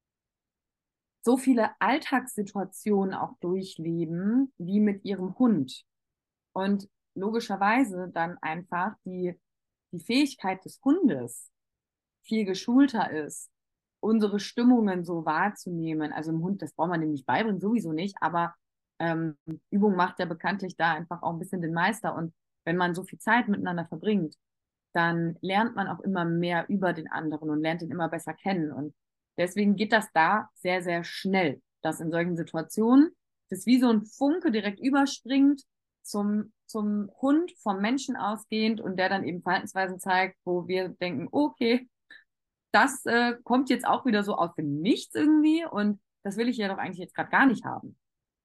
so viele Alltagssituationen auch durchleben wie mit ihrem Hund. Und logischerweise dann einfach die, die Fähigkeit des Hundes viel geschulter ist, unsere Stimmungen so wahrzunehmen. Also im Hund, das braucht man dem nicht beibringen, sowieso nicht, aber ähm, Übung macht ja bekanntlich da einfach auch ein bisschen den Meister. Und wenn man so viel Zeit miteinander verbringt, dann lernt man auch immer mehr über den anderen und lernt ihn immer besser kennen. Und deswegen geht das da sehr, sehr schnell, dass in solchen Situationen das wie so ein Funke direkt überspringt zum, zum Hund vom Menschen ausgehend und der dann eben Verhaltensweisen zeigt, wo wir denken, okay, das äh, kommt jetzt auch wieder so aus dem Nichts irgendwie und das will ich ja doch eigentlich jetzt gerade gar nicht haben.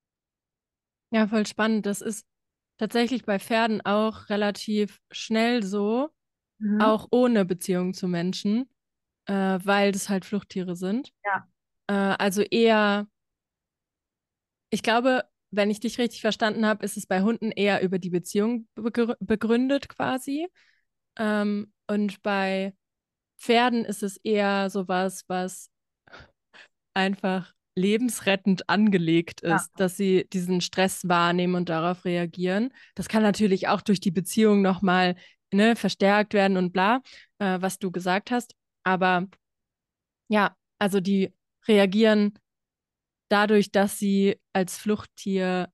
Ja, voll spannend. Das ist tatsächlich bei Pferden auch relativ schnell so, Mhm. auch ohne Beziehung zu Menschen, äh, weil das halt Fluchttiere sind. Ja. Äh, also eher, ich glaube, wenn ich dich richtig verstanden habe, ist es bei Hunden eher über die Beziehung begr begründet quasi. Ähm, und bei Pferden ist es eher sowas, was einfach lebensrettend angelegt Ja. ist, dass sie diesen Stress wahrnehmen und darauf reagieren. Das kann natürlich auch durch die Beziehung nochmal, ne, verstärkt werden und bla, äh, was du gesagt hast. Aber ja, also die reagieren dadurch, dass sie als Fluchttier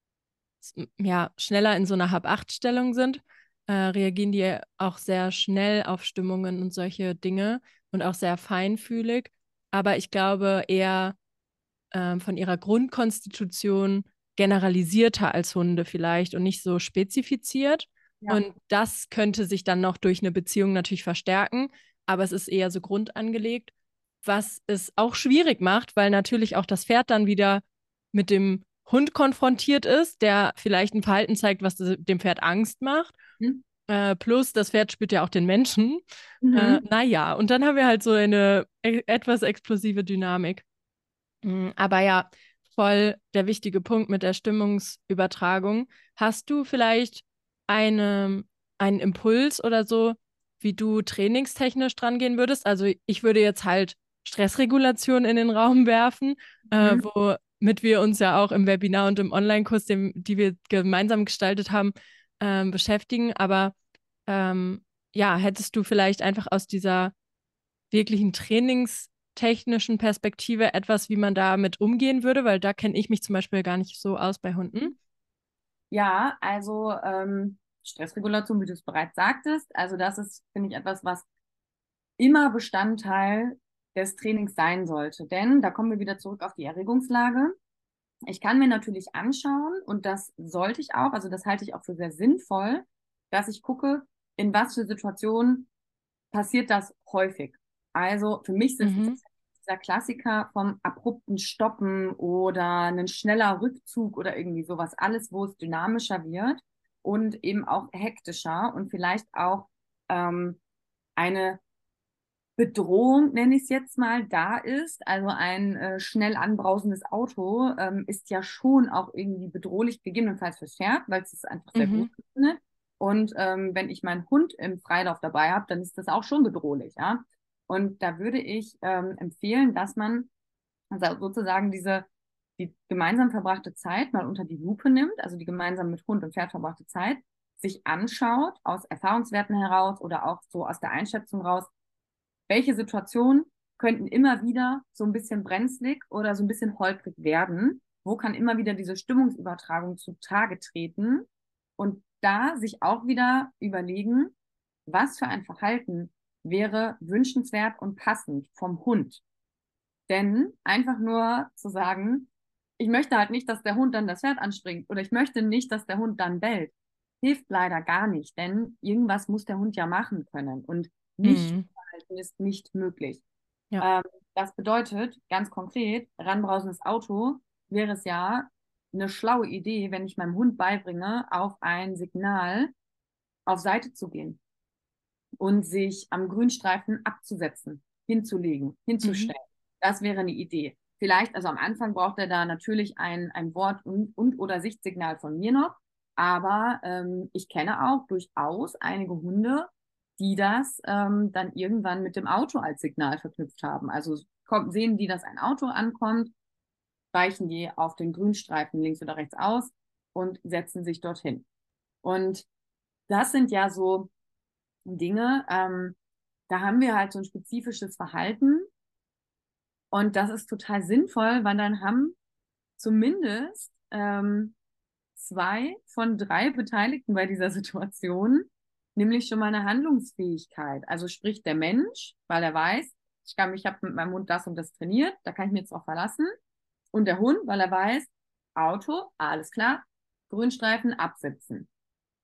ja, schneller in so einer Hab-Acht-Stellung sind, äh, reagieren die auch sehr schnell auf Stimmungen und solche Dinge und auch sehr feinfühlig. Aber ich glaube eher ähm, von ihrer Grundkonstitution generalisierter als Hunde vielleicht und nicht so spezifiziert. Ja. Und das könnte sich dann noch durch eine Beziehung natürlich verstärken, aber es ist eher so grundangelegt, was es auch schwierig macht, weil natürlich auch das Pferd dann wieder mit dem Hund konfrontiert ist, der vielleicht ein Verhalten zeigt, was dem Pferd Angst macht. Mhm. Äh, plus das Pferd spürt ja auch den Menschen. Äh, Mhm. naja, und dann haben wir halt so eine e etwas explosive Dynamik. Mm, Aber ja, voll der wichtige Punkt mit der Stimmungsübertragung. Hast du vielleicht eine, einen Impuls oder so, wie du trainingstechnisch dran gehen würdest? Also ich würde jetzt halt Stressregulation in den Raum werfen, äh, Mhm. womit wir uns ja auch im Webinar und im Online-Kurs, den, die wir gemeinsam gestaltet haben, ähm, beschäftigen. Aber ähm, ja, hättest du vielleicht einfach aus dieser wirklichen trainingstechnischen Perspektive etwas, wie man damit umgehen würde? Weil da kenne ich mich zum Beispiel gar nicht so aus bei Hunden. Ja, also ähm, Stressregulation, wie du es bereits sagtest, also das ist, finde ich, etwas, was immer Bestandteil des Trainings sein sollte. Denn da kommen wir wieder zurück auf die Erregungslage. Ich kann mir natürlich anschauen, und das sollte ich auch, also das halte ich auch für sehr sinnvoll, dass ich gucke, in was für Situationen passiert das häufig. Also für mich ist Mhm. dieser Klassiker vom abrupten Stoppen oder ein schneller Rückzug oder irgendwie sowas, alles, wo es dynamischer wird und eben auch hektischer und vielleicht auch ähm, eine Bedrohung, nenne ich es jetzt mal, da ist. Also ein äh, schnell anbrausendes Auto ähm, ist ja schon auch irgendwie bedrohlich, gegebenenfalls fürs Pferd, weil es es einfach sehr Mhm. gut findet. Und ähm, wenn ich meinen Hund im Freilauf dabei habe, dann ist das auch schon bedrohlich, ja. Und da würde ich ähm, empfehlen, dass man also sozusagen diese die gemeinsam verbrachte Zeit mal unter die Lupe nimmt, also die gemeinsam mit Hund und Pferd verbrachte Zeit, sich anschaut, aus Erfahrungswerten heraus oder auch so aus der Einschätzung raus, welche Situationen könnten immer wieder so ein bisschen brenzlig oder so ein bisschen holprig werden? Wo kann immer wieder diese Stimmungsübertragung zutage treten? Und da sich auch wieder überlegen, was für ein Verhalten wäre wünschenswert und passend vom Hund. Denn einfach nur zu sagen, ich möchte halt nicht, dass der Hund dann das Pferd anspringt oder ich möchte nicht, dass der Hund dann bellt, hilft leider gar nicht, denn irgendwas muss der Hund ja machen können und nicht Mhm. verhalten ist nicht möglich. Ja. Ähm, das bedeutet ganz konkret, ranbrausendes Auto wäre es ja eine schlaue Idee, wenn ich meinem Hund beibringe, auf ein Signal auf Seite zu gehen und sich am Grünstreifen abzusetzen, hinzulegen, Mhm. hinzustellen. Das wäre eine Idee. Vielleicht, also am Anfang braucht er da natürlich ein, ein Wort und, und oder Sichtsignal von mir noch, aber ähm, ich kenne auch durchaus einige Hunde, die das ähm, dann irgendwann mit dem Auto als Signal verknüpft haben. Also kommt, sehen die, dass ein Auto ankommt, weichen die auf den Grünstreifen links oder rechts aus und setzen sich dorthin. Und das sind ja so Dinge, ähm, da haben wir halt so ein spezifisches Verhalten und das ist total sinnvoll, weil dann haben zumindest ähm, zwei von drei Beteiligten bei dieser Situation nämlich schon mal eine Handlungsfähigkeit. Also sprich der Mensch, weil er weiß, ich kann, ich habe mit meinem Hund das und das trainiert, da kann ich mich jetzt drauf verlassen. Und der Hund, weil er weiß, Auto, alles klar, Grünstreifen absitzen.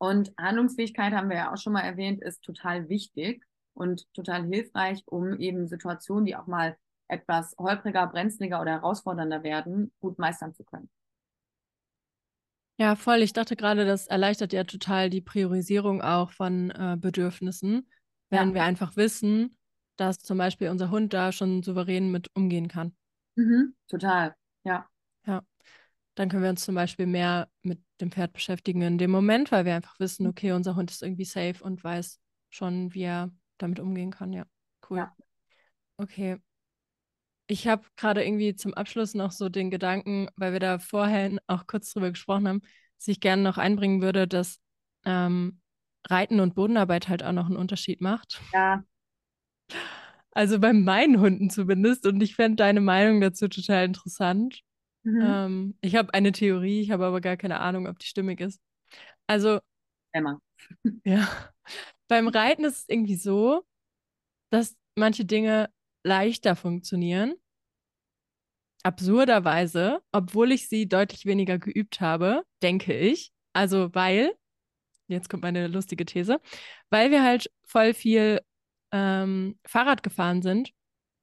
Und Handlungsfähigkeit, haben wir ja auch schon mal erwähnt, ist total wichtig und total hilfreich, um eben Situationen, die auch mal etwas holpriger, brenzliger oder herausfordernder werden, gut meistern zu können. Ja, voll. Ich dachte gerade, das erleichtert ja total die Priorisierung auch von äh, Bedürfnissen, wenn Ja, wir einfach wissen, dass zum Beispiel unser Hund da schon souverän mit umgehen kann. mhm. Total. Ja, Ja, dann können wir uns zum Beispiel mehr mit dem Pferd beschäftigen in dem Moment, weil wir einfach wissen, okay, unser Hund ist irgendwie safe und weiß schon, wie er damit umgehen kann. Ja, cool. ja. Okay. Ich habe gerade irgendwie zum Abschluss noch so den Gedanken, weil wir da vorhin auch kurz drüber gesprochen haben, dass ich gerne noch einbringen würde, dass ähm, Reiten und Bodenarbeit halt auch noch einen Unterschied macht. Ja, Also bei meinen Hunden zumindest. Und ich fände deine Meinung dazu total interessant. mhm. Ähm, ich habe eine Theorie, ich habe aber gar keine Ahnung, ob die stimmig ist. Also, Emma. ja, beim Reiten ist es irgendwie so, dass manche Dinge leichter funktionieren. Absurderweise, obwohl ich sie deutlich weniger geübt habe, denke ich. Also, weil, jetzt kommt meine lustige These, weil wir halt voll viel ähm, Fahrrad gefahren sind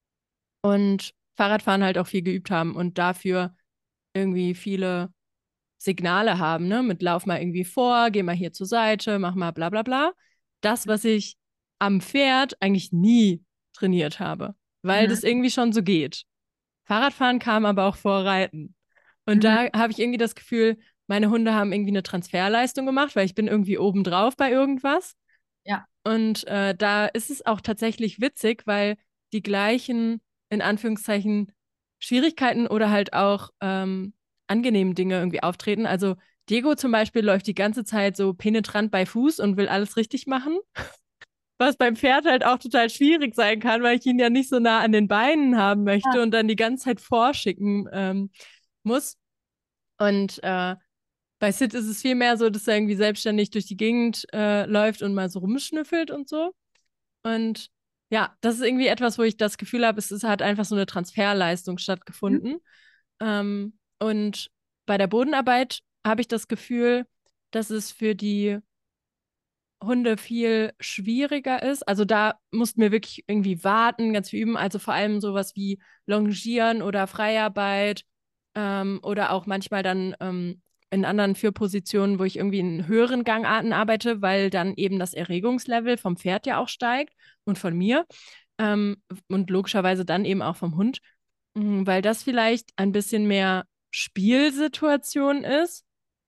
und Fahrradfahren halt auch viel geübt haben und dafür irgendwie viele Signale haben, ne? Mit lauf mal irgendwie vor, geh mal hier zur Seite, mach mal bla bla bla. Das, was ich am Pferd eigentlich nie trainiert habe, weil Mhm. das irgendwie schon so geht. Fahrradfahren kam aber auch vor Reiten. Und Mhm. da habe ich irgendwie das Gefühl, meine Hunde haben irgendwie eine Transferleistung gemacht, weil ich bin irgendwie obendrauf bei irgendwas. Ja. Und äh, da ist es auch tatsächlich witzig, weil die gleichen, in Anführungszeichen, Schwierigkeiten oder halt auch ähm, angenehmen Dinge irgendwie auftreten. Also Diego zum Beispiel läuft die ganze Zeit so penetrant bei Fuß und will alles richtig machen, was beim Pferd halt auch total schwierig sein kann, weil ich ihn ja nicht so nah an den Beinen haben Ja. möchte und dann die ganze Zeit vorschicken ähm, muss. Und äh, bei Sid ist es viel mehr so, dass er irgendwie selbstständig durch die Gegend äh, läuft und mal so rumschnüffelt und so. Und ja, das ist irgendwie etwas, wo ich das Gefühl habe, es ist, hat einfach so eine Transferleistung Mhm. stattgefunden. Ähm, und bei der Bodenarbeit habe ich das Gefühl, dass es für die Hunde viel schwieriger ist. Also da mussten wir wirklich irgendwie warten, ganz viel üben. Also vor allem sowas wie Longieren oder Freiarbeit ähm, oder auch manchmal dann ähm, in anderen Führpositionen, wo ich irgendwie in höheren Gangarten arbeite, weil dann eben das Erregungslevel vom Pferd ja auch steigt und von mir ähm, und logischerweise dann eben auch vom Hund, Mm, weil das vielleicht ein bisschen mehr Spielsituation ist,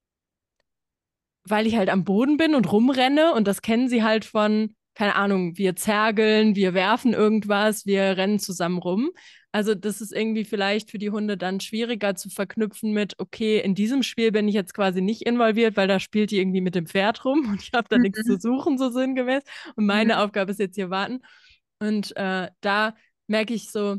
weil ich halt am Boden bin und rumrenne und das kennen sie halt von, keine Ahnung, wir zergeln, wir werfen irgendwas, wir rennen zusammen rum. Also das ist irgendwie vielleicht für die Hunde dann schwieriger zu verknüpfen mit, okay, in diesem Spiel bin ich jetzt quasi nicht involviert, weil da spielt die irgendwie mit dem Pferd rum und ich habe da nichts zu Mhm. suchen, so sinngemäß. Und meine Mhm. Aufgabe ist jetzt hier warten. Und äh, da merke ich so,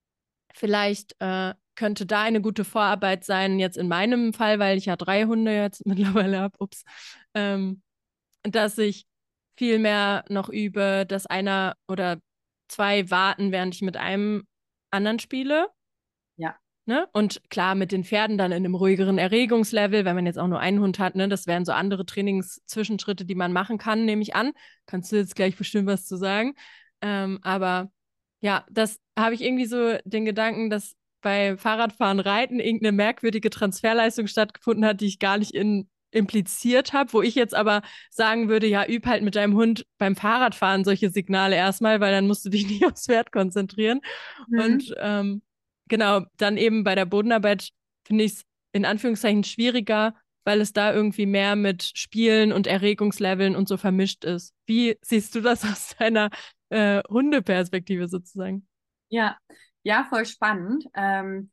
vielleicht äh, könnte da eine gute Vorarbeit sein, jetzt in meinem Fall, weil ich ja drei Hunde jetzt mittlerweile habe, ups, ähm, dass ich viel mehr noch übe, dass einer oder zwei warten, während ich mit einem anderen spiele. Ja. Ne? Und klar, mit den Pferden dann in einem ruhigeren Erregungslevel, wenn man jetzt auch nur einen Hund hat, ne? Das wären so andere Trainingszwischenschritte, die man machen kann, nehme ich an. Kannst du jetzt gleich bestimmt was zu sagen. Ähm, aber ja, das habe ich irgendwie so den Gedanken, dass bei Fahrradfahren, Reiten irgendeine merkwürdige Transferleistung stattgefunden hat, die ich gar nicht in, impliziert habe, wo ich jetzt aber sagen würde, ja, üb halt mit deinem Hund beim Fahrradfahren solche Signale erstmal, weil dann musst du dich nicht aufs Pferd konzentrieren. Mhm. Und ähm, genau, dann eben bei der Bodenarbeit finde ich es in Anführungszeichen schwieriger, weil es da irgendwie mehr mit Spielen und Erregungsleveln und so vermischt ist. Wie siehst du das aus deiner äh, Hundeperspektive sozusagen? Ja. Ja, voll spannend. Ähm,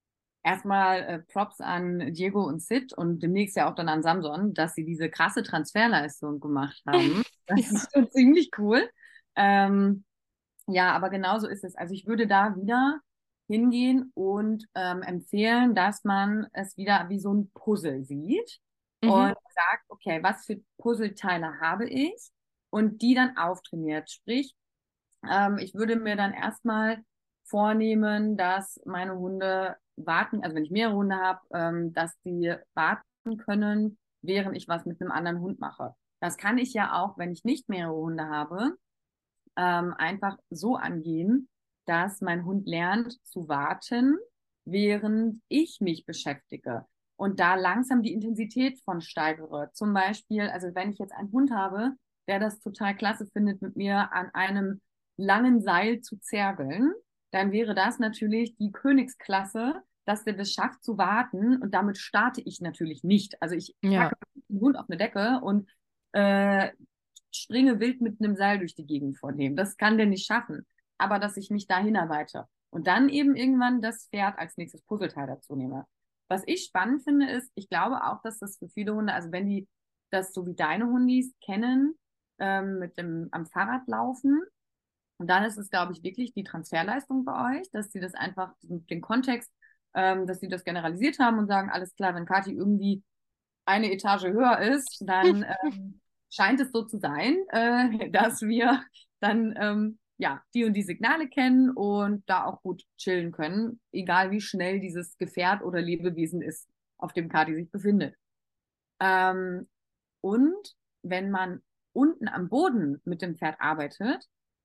erstmal äh, Props an Diego und Sid und demnächst ja auch dann an Samson, dass sie diese krasse Transferleistung gemacht haben. Das Ja. ist schon ziemlich cool. Ähm, ja, aber genauso ist es. Also ich würde da wieder hingehen und ähm, empfehlen, dass man es wieder wie so ein Puzzle sieht Mhm. und sagt, okay, was für Puzzleteile habe ich? Und die dann auftrainiert. Sprich, ähm, ich würde mir dann erstmal vornehmen, dass meine Hunde warten, also wenn ich mehrere Hunde habe, ähm, dass die warten können, während ich was mit einem anderen Hund mache. Das kann ich ja auch, wenn ich nicht mehrere Hunde habe, ähm, einfach so angehen, dass mein Hund lernt zu warten, während ich mich beschäftige und da langsam die Intensität von steigere. Zum Beispiel, also wenn ich jetzt einen Hund habe, der das total klasse findet, mit mir an einem langen Seil zu zergeln, dann wäre das natürlich die Königsklasse, dass der das schafft zu warten, und damit starte ich natürlich nicht. Also ich Ja. packe den Hund auf eine Decke und äh, springe wild mit einem Seil durch die Gegend vor dem. Das kann der nicht schaffen. Aber dass ich mich da hinarbeite und dann eben irgendwann das Pferd als nächstes Puzzleteil dazu nehme. Was ich spannend finde, ist, ich glaube auch, dass das für viele Hunde, also wenn die das so wie deine Hundis kennen, ähm, mit dem am Fahrrad laufen, und dann ist es, glaube ich, wirklich die Transferleistung bei euch, dass sie das einfach, den Kontext, ähm, dass sie das generalisiert haben und sagen, alles klar, wenn Kathi irgendwie eine Etage höher ist, dann ähm, scheint es so zu sein, äh, dass wir dann ähm, ja die und die Signale kennen und da auch gut chillen können, egal wie schnell dieses Gefährt oder Lebewesen ist, auf dem Kati sich befindet. Ähm, und wenn man unten am Boden mit dem Pferd arbeitet,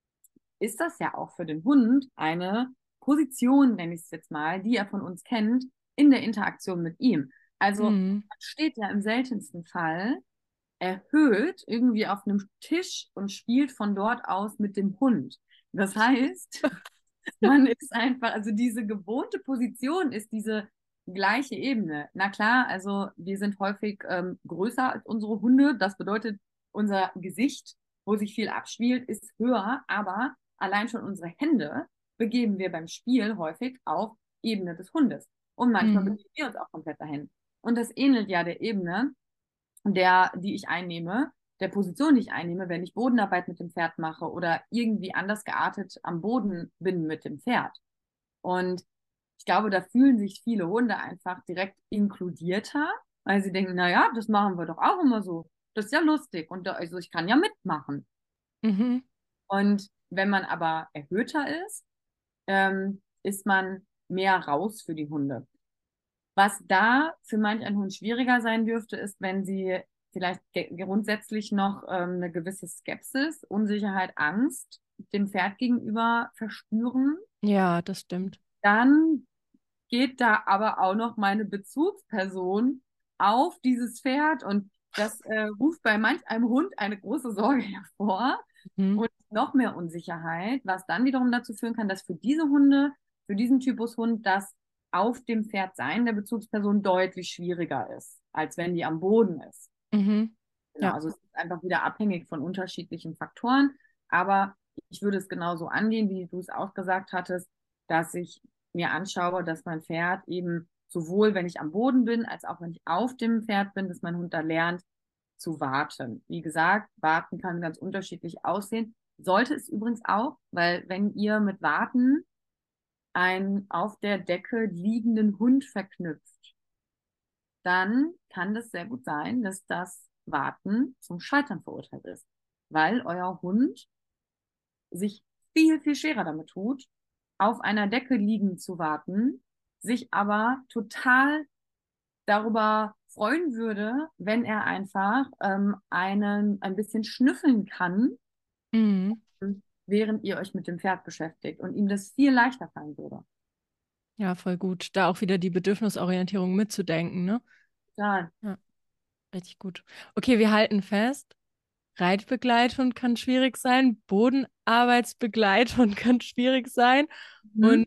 ist das ja auch für den Hund eine Position, nenne ich es jetzt mal, die er von uns kennt, in der Interaktion mit ihm. Also Mhm. man steht ja im seltensten Fall erhöht irgendwie auf einem Tisch und spielt von dort aus mit dem Hund. Das heißt, man ist einfach, also diese gewohnte Position ist diese gleiche Ebene. Na klar, also wir sind häufig ähm, größer als unsere Hunde. Das bedeutet, unser Gesicht, wo sich viel abspielt, ist höher, aber allein schon unsere Hände begeben wir beim Spiel häufig auf Ebene des Hundes. Und manchmal Mhm. begeben wir uns auch komplett dahin. Und das ähnelt ja der Ebene, der, die ich einnehme, der Position, die ich einnehme, wenn ich Bodenarbeit mit dem Pferd mache oder irgendwie anders geartet am Boden bin mit dem Pferd. Und ich glaube, da fühlen sich viele Hunde einfach direkt inkludierter, weil sie denken, naja, das machen wir doch auch immer so. Das ist ja lustig und da, also ich kann ja mitmachen. Mhm. Und wenn man aber erhöhter ist, ähm, ist man mehr raus für die Hunde. Was da für manch einen Hund schwieriger sein dürfte, ist, wenn sie vielleicht grundsätzlich noch ähm, eine gewisse Skepsis, Unsicherheit, Angst dem Pferd gegenüber verspüren. Ja, das stimmt. Dann geht da aber auch noch meine Bezugsperson auf dieses Pferd, und das äh, ruft bei manch einem Hund eine große Sorge hervor Mhm. und noch mehr Unsicherheit, was dann wiederum dazu führen kann, dass für diese Hunde, für diesen Typus Hund, das auf dem Pferd sein der Bezugsperson deutlich schwieriger ist, als wenn die am Boden ist. Mhm. Genau, Ja. also es ist einfach wieder abhängig von unterschiedlichen Faktoren, aber ich würde es genauso angehen, wie du es auch gesagt hattest, dass ich mir anschaue, dass mein Pferd eben sowohl, wenn ich am Boden bin, als auch wenn ich auf dem Pferd bin, dass mein Hund da lernt zu warten. Wie gesagt, warten kann ganz unterschiedlich aussehen. Sollte es übrigens auch, weil wenn ihr mit Warten einen auf der Decke liegenden Hund verknüpft, dann kann es sehr gut sein, dass das Warten zum Scheitern verurteilt ist, weil euer Hund sich viel, viel schwerer damit tut, auf einer Decke liegen zu warten, sich aber total darüber freuen würde, wenn er einfach ähm, einen ein bisschen schnüffeln kann, Mhm. während ihr euch mit dem Pferd beschäftigt, und ihm das viel leichter fallen würde. Ja, voll gut. Da auch wieder die Bedürfnisorientierung mitzudenken, ne? Ja, Ja, richtig gut. Okay, wir halten fest. Reitbegleitung kann schwierig sein, Bodenarbeitsbegleitung kann schwierig sein mhm. und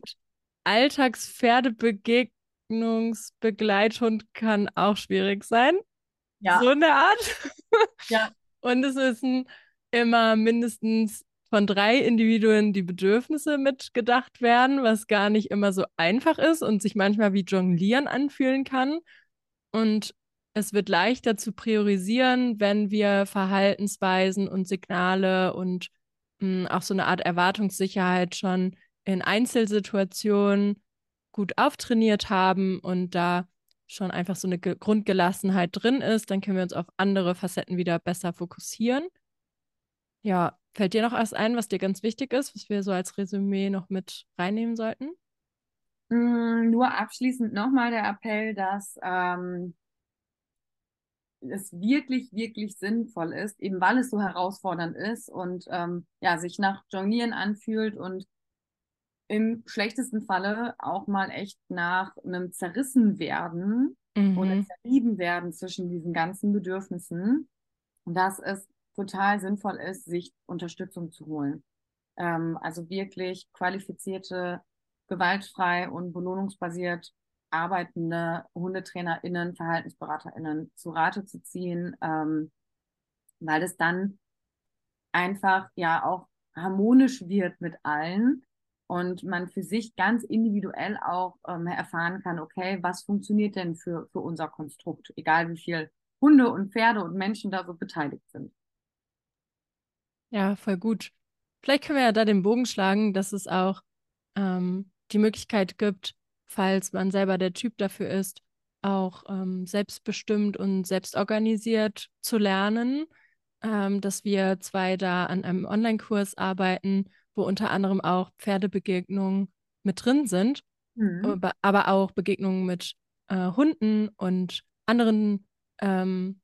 Alltagspferdebegegnungsbegleitung kann auch schwierig sein. So Ja, eine Art. ja, Und es müssen immer mindestens von drei Individuen die Bedürfnisse mitgedacht werden, was gar nicht immer so einfach ist und sich manchmal wie Jonglieren anfühlen kann. Und es wird leichter zu priorisieren, wenn wir Verhaltensweisen und Signale und mh, auch so eine Art Erwartungssicherheit schon in Einzelsituationen gut auftrainiert haben und da schon einfach so eine Ge Grundgelassenheit drin ist, dann können wir uns auf andere Facetten wieder besser fokussieren. Ja, fällt dir noch was ein, was dir ganz wichtig ist, was wir so als Resümee noch mit reinnehmen sollten? Mm, nur abschließend nochmal der Appell, dass ähm, es wirklich, wirklich sinnvoll ist, eben weil es so herausfordernd ist und ähm, ja, sich nach Jonglieren anfühlt und im schlechtesten Falle auch mal echt nach einem zerrissen werden oder Mhm. zerrieben werden zwischen diesen ganzen Bedürfnissen, dass es total sinnvoll ist, sich Unterstützung zu holen. Ähm, also wirklich qualifizierte, gewaltfrei und belohnungsbasiert arbeitende HundetrainerInnen, VerhaltensberaterInnen zu Rate zu ziehen, ähm, weil es dann einfach ja auch harmonisch wird mit allen und man für sich ganz individuell auch ähm, erfahren kann, okay, was funktioniert denn für, für unser Konstrukt, egal wie viel Hunde und Pferde und Menschen da so beteiligt sind. Ja, voll gut. Vielleicht können wir ja da den Bogen schlagen, dass es auch ähm, die Möglichkeit gibt, falls man selber der Typ dafür ist, auch ähm, selbstbestimmt und selbstorganisiert zu lernen, ähm, dass wir zwei da an einem Online-Kurs arbeiten, wo unter anderem auch Pferdebegegnungen mit drin sind, Mhm. aber, aber auch Begegnungen mit äh, Hunden und anderen ähm,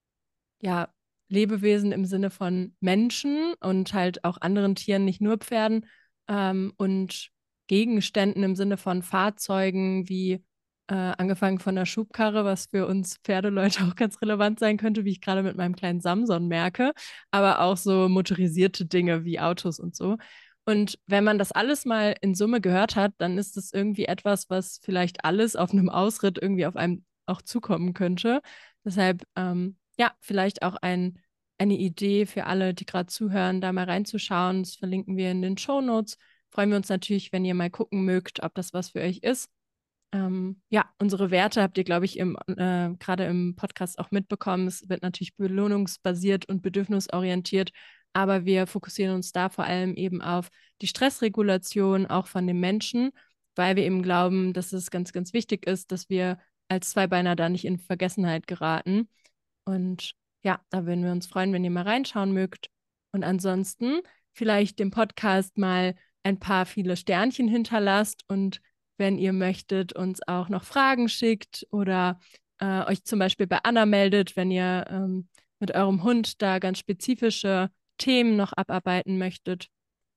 ja, Lebewesen im Sinne von Menschen und halt auch anderen Tieren, nicht nur Pferden, ähm, und Gegenständen im Sinne von Fahrzeugen, wie äh, angefangen von der Schubkarre, was für uns Pferdeleute auch ganz relevant sein könnte, wie ich gerade mit meinem kleinen Samson merke, aber auch so motorisierte Dinge wie Autos und so. Und wenn man das alles mal in Summe gehört hat, dann ist das irgendwie etwas, was vielleicht alles auf einem Ausritt irgendwie auf einem auch zukommen könnte. Deshalb, ähm, ja, vielleicht auch ein, eine Idee für alle, die gerade zuhören, da mal reinzuschauen. Das verlinken wir in den Shownotes. Freuen wir uns natürlich, wenn ihr mal gucken mögt, ob das was für euch ist. Ähm, ja, unsere Werte habt ihr, glaube ich, im, äh, gerade im Podcast auch mitbekommen. Es wird natürlich belohnungsbasiert und bedürfnisorientiert, aber wir fokussieren uns da vor allem eben auf die Stressregulation auch von den Menschen, weil wir eben glauben, dass es ganz, ganz wichtig ist, dass wir als Zweibeiner da nicht in Vergessenheit geraten. Und ja, da würden wir uns freuen, wenn ihr mal reinschauen mögt. Und ansonsten vielleicht dem Podcast mal ein paar viele Sternchen hinterlasst und wenn ihr möchtet, uns auch noch Fragen schickt oder äh, euch zum Beispiel bei Anna meldet, wenn ihr ähm, mit eurem Hund da ganz spezifische Themen noch abarbeiten möchtet,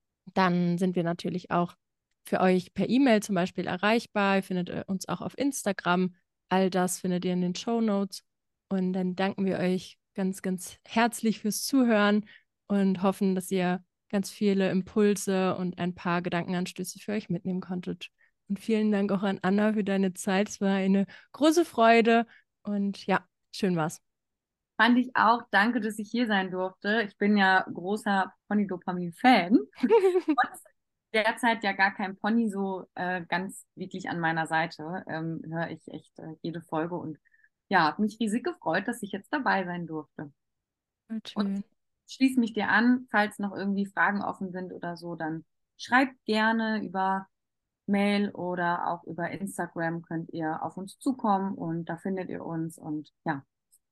dann sind wir natürlich auch für euch per E-Mail zum Beispiel erreichbar. Ihr findet äh, uns auch auf Instagram. All das findet ihr in den Show Notes. Und dann danken wir euch ganz, ganz herzlich fürs Zuhören und hoffen, dass ihr ganz viele Impulse und ein paar Gedankenanstöße für euch mitnehmen konntet. Und vielen Dank auch an Anna für deine Zeit. Es war eine große Freude und ja, schön war's. Fand ich auch. Danke, dass ich hier sein durfte. Ich bin ja großer Pony-Dopamin-Fan. Trotz derzeit ja gar kein Pony so äh, ganz wirklich an meiner Seite. Ähm, höre ich echt äh, jede Folge und ja, habe mich riesig gefreut, dass ich jetzt dabei sein durfte. Voll Und schön. schließe mich dir an, falls noch irgendwie Fragen offen sind oder so, dann schreibt gerne über Mail oder auch über Instagram könnt ihr auf uns zukommen und da findet ihr uns und ja,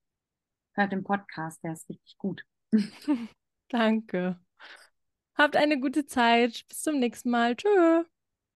hört den Podcast, der ist richtig gut. Danke. Habt eine gute Zeit. Bis zum nächsten Mal. Tschö.